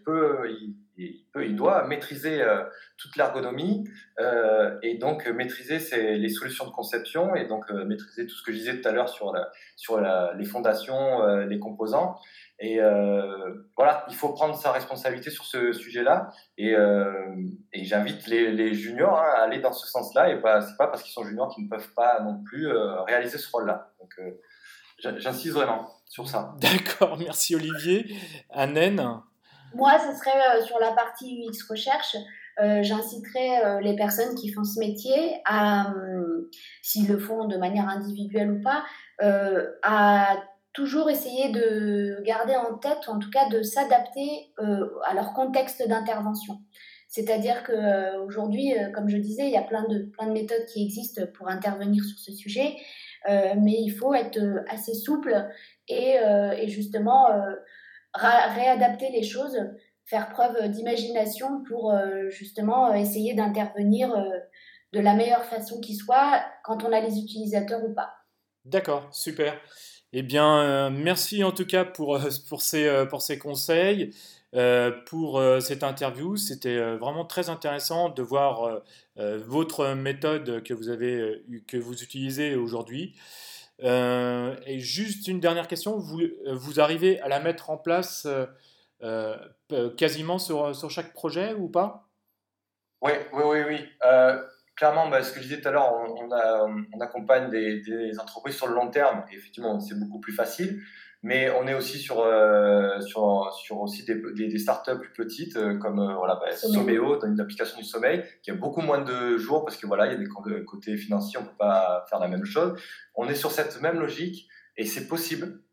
Speaker 3: il doit maîtriser toute l'ergonomie et donc maîtriser les solutions de conception et donc maîtriser tout ce que je disais tout à l'heure sur les fondations, les composants. Et voilà, il faut prendre sa responsabilité sur ce sujet-là. Et j'invite les juniors à aller dans ce sens-là. Et c'est pas parce qu'ils sont juniors qu'ils ne peuvent pas non plus réaliser ce rôle-là. Donc, j'insiste vraiment sur ça.
Speaker 1: D'accord, merci Olivier. Annenne?
Speaker 2: Moi, ce serait sur la partie UX recherche. J'inciterais les personnes qui font ce métier à, s'ils le font de manière individuelle ou pas, à toujours essayer de garder en tête, ou en tout cas de s'adapter à leur contexte d'intervention. C'est-à-dire qu'aujourd'hui, comme je disais, il y a plein de méthodes qui existent pour intervenir sur ce sujet, mais il faut être assez souple et justement réadapter les choses, faire preuve d'imagination pour justement essayer d'intervenir de la meilleure façon qui soit quand on a les utilisateurs ou pas.
Speaker 1: D'accord, super. Eh bien, merci en tout cas pour ces conseils, pour cette interview. C'était vraiment très intéressant de voir votre méthode que vous utilisez aujourd'hui. Et juste une dernière question, vous arrivez à la mettre en place quasiment sur chaque projet ou pas?
Speaker 3: Oui. Clairement, ce que je disais tout à l'heure, on accompagne des entreprises sur le long terme. Et effectivement, c'est beaucoup plus facile. Mais on est aussi sur aussi des startups plus petites, comme Someo, dans une application du sommeil, qui a beaucoup moins de jours parce que voilà, il y a des côtés financiers, on peut pas faire la même chose. On est sur cette même logique et c'est possible.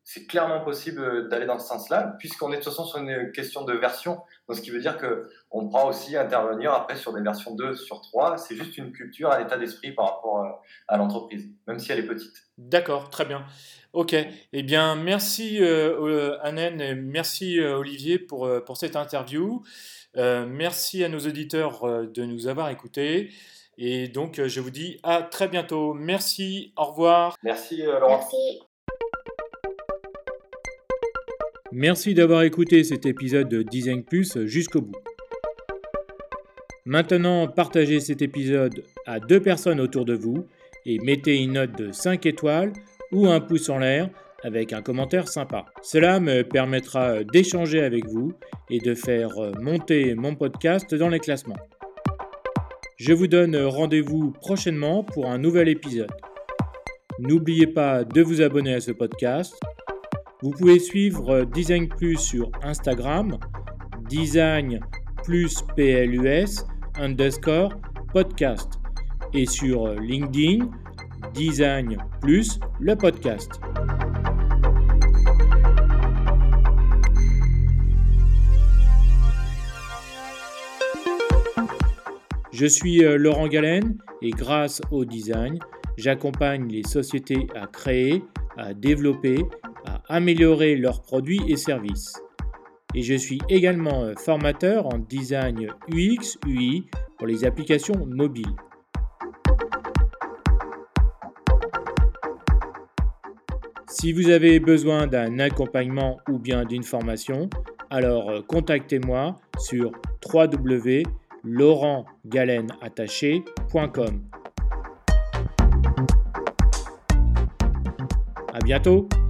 Speaker 3: c'est clairement possible d'aller dans ce sens-là, puisqu'on est de toute façon sur une question de version. Donc, ce qui veut dire qu'on pourra aussi intervenir après sur des versions 2 sur 3. C'est juste une culture, un état d'esprit par rapport à l'entreprise, même si elle est petite.
Speaker 1: D'accord, très bien. Ok. Eh bien, merci Annen et merci Olivier pour cette interview. Merci à nos auditeurs de nous avoir écoutés. Et donc, je vous dis à très bientôt. Merci, au revoir.
Speaker 3: Merci Laurent.
Speaker 2: Merci.
Speaker 1: Merci d'avoir écouté cet épisode de Design Plus jusqu'au bout. Maintenant, partagez cet épisode à 2 personnes autour de vous et mettez une note de 5 étoiles ou un pouce en l'air avec un commentaire sympa. Cela me permettra d'échanger avec vous et de faire monter mon podcast dans les classements. Je vous donne rendez-vous prochainement pour un nouvel épisode. N'oubliez pas de vous abonner à ce podcast. Vous pouvez suivre Design Plus sur Instagram, Design plus PLUS _podcast et sur LinkedIn, Design plus le podcast. Je suis Laurent Galen et grâce au design, j'accompagne les sociétés à créer, à développer, à améliorer leurs produits et services. Et je suis également formateur en design UX, UI pour les applications mobiles. Si vous avez besoin d'un accompagnement ou bien d'une formation, alors contactez-moi sur www.laurentgalenattaché.com. À bientôt!